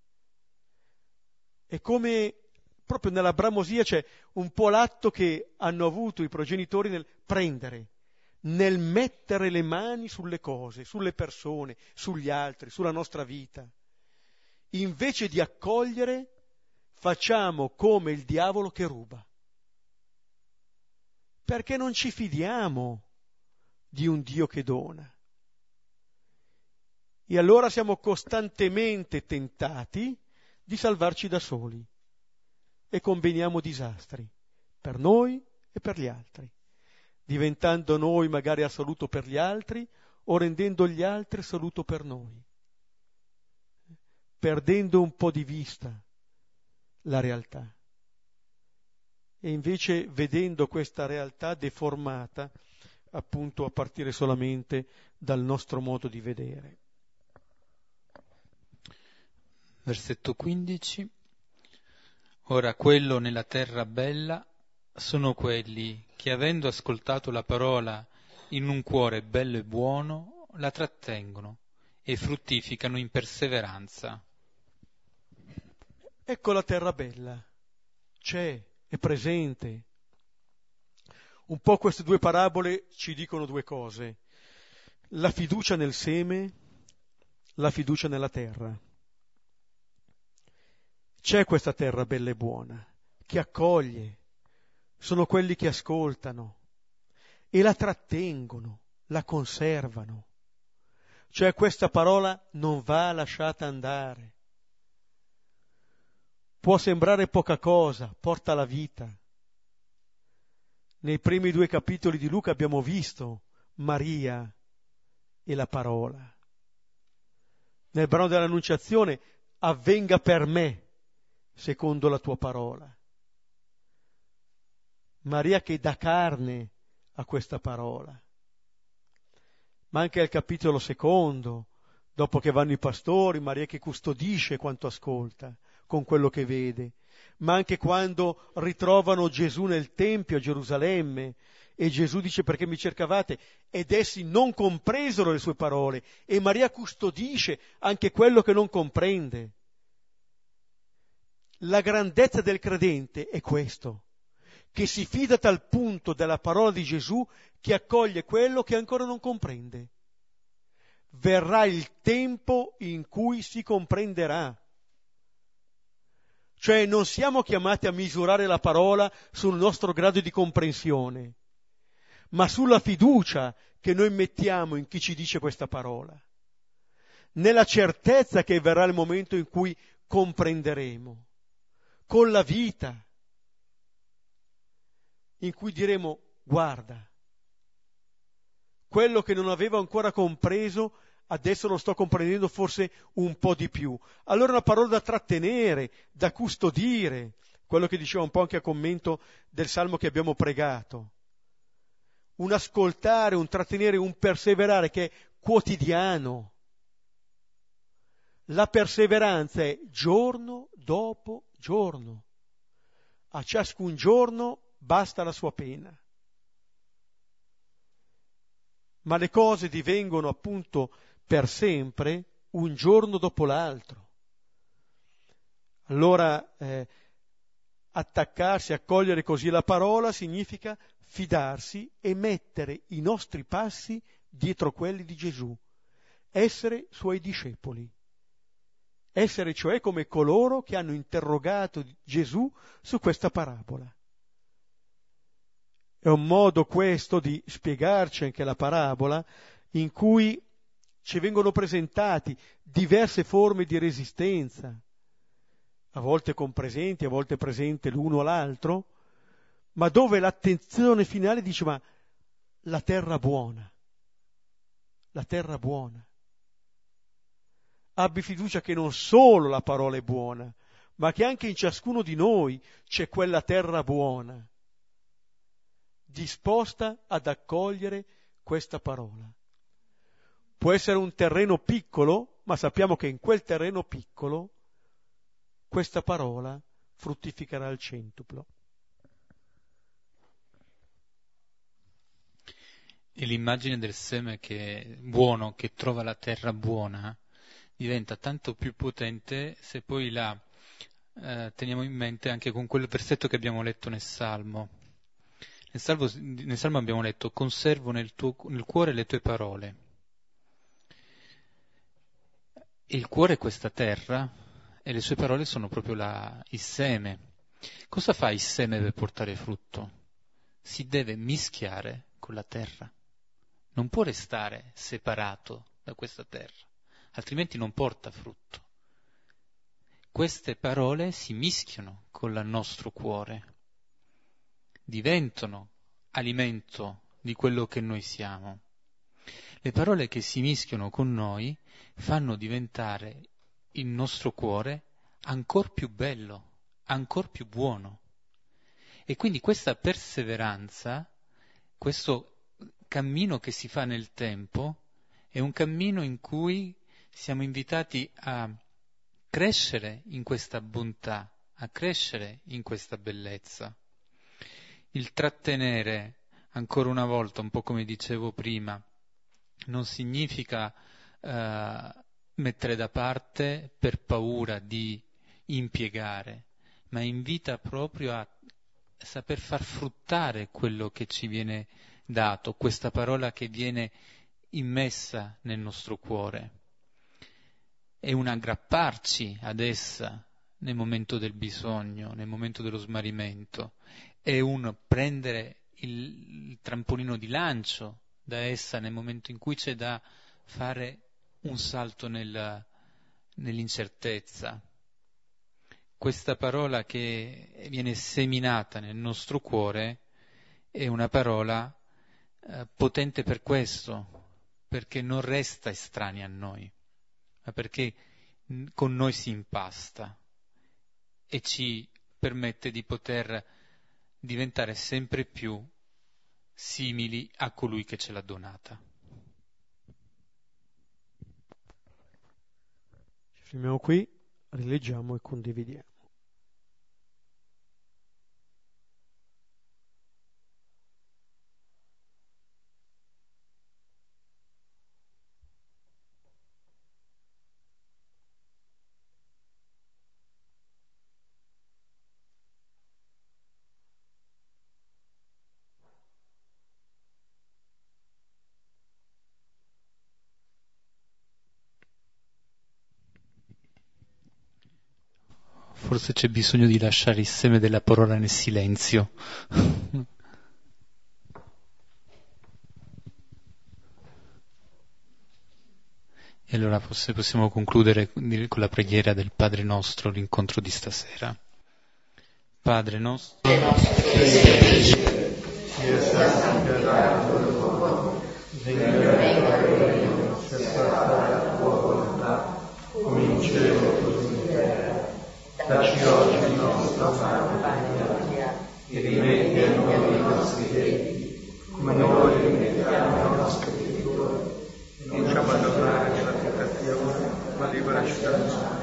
È come proprio nella bramosia c'è un po' l'atto che hanno avuto i progenitori nel prendere, nel mettere le mani sulle cose, sulle persone, sugli altri, sulla nostra vita. Invece di accogliere, facciamo come il diavolo che ruba. Perché non ci fidiamo di un Dio che dona. E allora siamo costantemente tentati di salvarci da soli e combiniamo disastri per noi e per gli altri, diventando noi magari assoluto per gli altri o rendendo gli altri assoluto per noi, perdendo un po' di vista la realtà e invece vedendo questa realtà deformata appunto a partire solamente dal nostro modo di vedere. Versetto 15. Ora quello nella terra bella sono quelli che, avendo ascoltato la parola in un cuore bello e buono, la trattengono e fruttificano in perseveranza. Ecco la terra bella, c'è, è presente. Un po' queste due parabole ci dicono due cose: la fiducia nel seme, la fiducia nella terra. C'è questa terra bella e buona, che accoglie, sono quelli che ascoltano e la trattengono, la conservano. Cioè questa parola non va lasciata andare. Può sembrare poca cosa, porta la vita. Nei primi 2 capitoli di Luca abbiamo visto Maria e la parola. Nel brano dell'Annunciazione: avvenga per me secondo la tua parola. Maria che dà carne a questa parola. Ma anche al capitolo 2, dopo che vanno i pastori, Maria che custodisce quanto ascolta con quello che vede, ma anche quando ritrovano Gesù nel Tempio a Gerusalemme e Gesù dice: perché mi cercavate? Ed essi non compresero le sue parole, e Maria custodisce anche quello che non comprende. La grandezza del credente è questo, che si fida a tal punto della parola di Gesù che accoglie quello che ancora non comprende. Verrà il tempo in cui si comprenderà. Cioè non siamo chiamati a misurare la parola sul nostro grado di comprensione, ma sulla fiducia che noi mettiamo in chi ci dice questa parola, nella certezza che verrà il momento in cui comprenderemo, con la vita, in cui diremo: guarda, quello che non avevo ancora compreso adesso lo sto comprendendo forse un po' di più. Allora è una parola da trattenere, da custodire, quello che diceva un po' anche a commento del salmo che abbiamo pregato. Un ascoltare, un trattenere, un perseverare che è quotidiano. La perseveranza è giorno dopo giorno. A ciascun giorno basta la sua pena. Ma le cose divengono appunto per sempre un giorno dopo l'altro. Allora attaccarsi, accogliere così la parola significa fidarsi e mettere i nostri passi dietro quelli di Gesù, essere suoi discepoli, essere cioè come coloro che hanno interrogato Gesù su questa parabola. È un modo questo di spiegarci anche la parabola in cui ci vengono presentati diverse forme di resistenza, a volte compresenti, a volte presente l'uno all'altro, ma dove l'attenzione finale dice: ma la terra buona, la terra buona. Abbi fiducia che non solo la parola è buona, ma che anche in ciascuno di noi c'è quella terra buona, disposta ad accogliere questa parola. Può essere un terreno piccolo, ma sappiamo che in quel terreno piccolo questa parola fruttificherà al centuplo. E l'immagine del seme che è buono, che trova la terra buona, diventa tanto più potente se poi la teniamo in mente anche con quel versetto che abbiamo letto nel Salmo. Nel Salmo abbiamo letto: conservo nel cuore le tue parole. Il cuore è questa terra e le sue parole sono proprio il seme. Cosa fa il seme per portare frutto? Si deve mischiare con la terra. Non può restare separato da questa terra, altrimenti non porta frutto. Queste parole si mischiano con il nostro cuore, diventano alimento di quello che noi siamo. Le parole che si mischiano con noi fanno diventare il nostro cuore ancor più bello, ancor più buono. E quindi questa perseveranza, questo cammino che si fa nel tempo, è un cammino in cui siamo invitati a crescere in questa bontà, a crescere in questa bellezza. Il trattenere, ancora una volta, un po' come dicevo prima, non significa mettere da parte per paura di impiegare, ma invita proprio a saper far fruttare quello che ci viene dato, questa parola che viene immessa nel nostro cuore. È un aggrapparci ad essa nel momento del bisogno, nel momento dello smarrimento, è un prendere il trampolino di lancio da essa nel momento in cui c'è da fare un salto nell'incertezza. Questa parola che viene seminata nel nostro cuore è una parola potente per questo, perché non resta estranea a noi, ma perché con noi si impasta e ci permette di poter diventare sempre più simili a colui che ce l'ha donata. Ci fermiamo qui, rileggiamo e condividiamo. Forse c'è bisogno di lasciare il seme della parola nel silenzio. E allora forse possiamo concludere con la preghiera del Padre nostro, l'incontro di stasera. Padre nostro, che sia santificato il tuo nome, venga il tuo regno, sia fatta la tua volontà, come in cielo così in terra. Dacci oggi il nostro pane quotidiano e rimetti a noi i nostri debiti, come noi rimettiamo ai nostri debitori. Non ci abbandonare nella tentazione, ma liberaci dal male.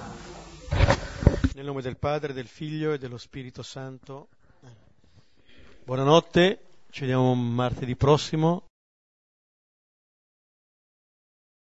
Nel nome del Padre, del Figlio e dello Spirito Santo. Buonanotte, ci vediamo martedì prossimo.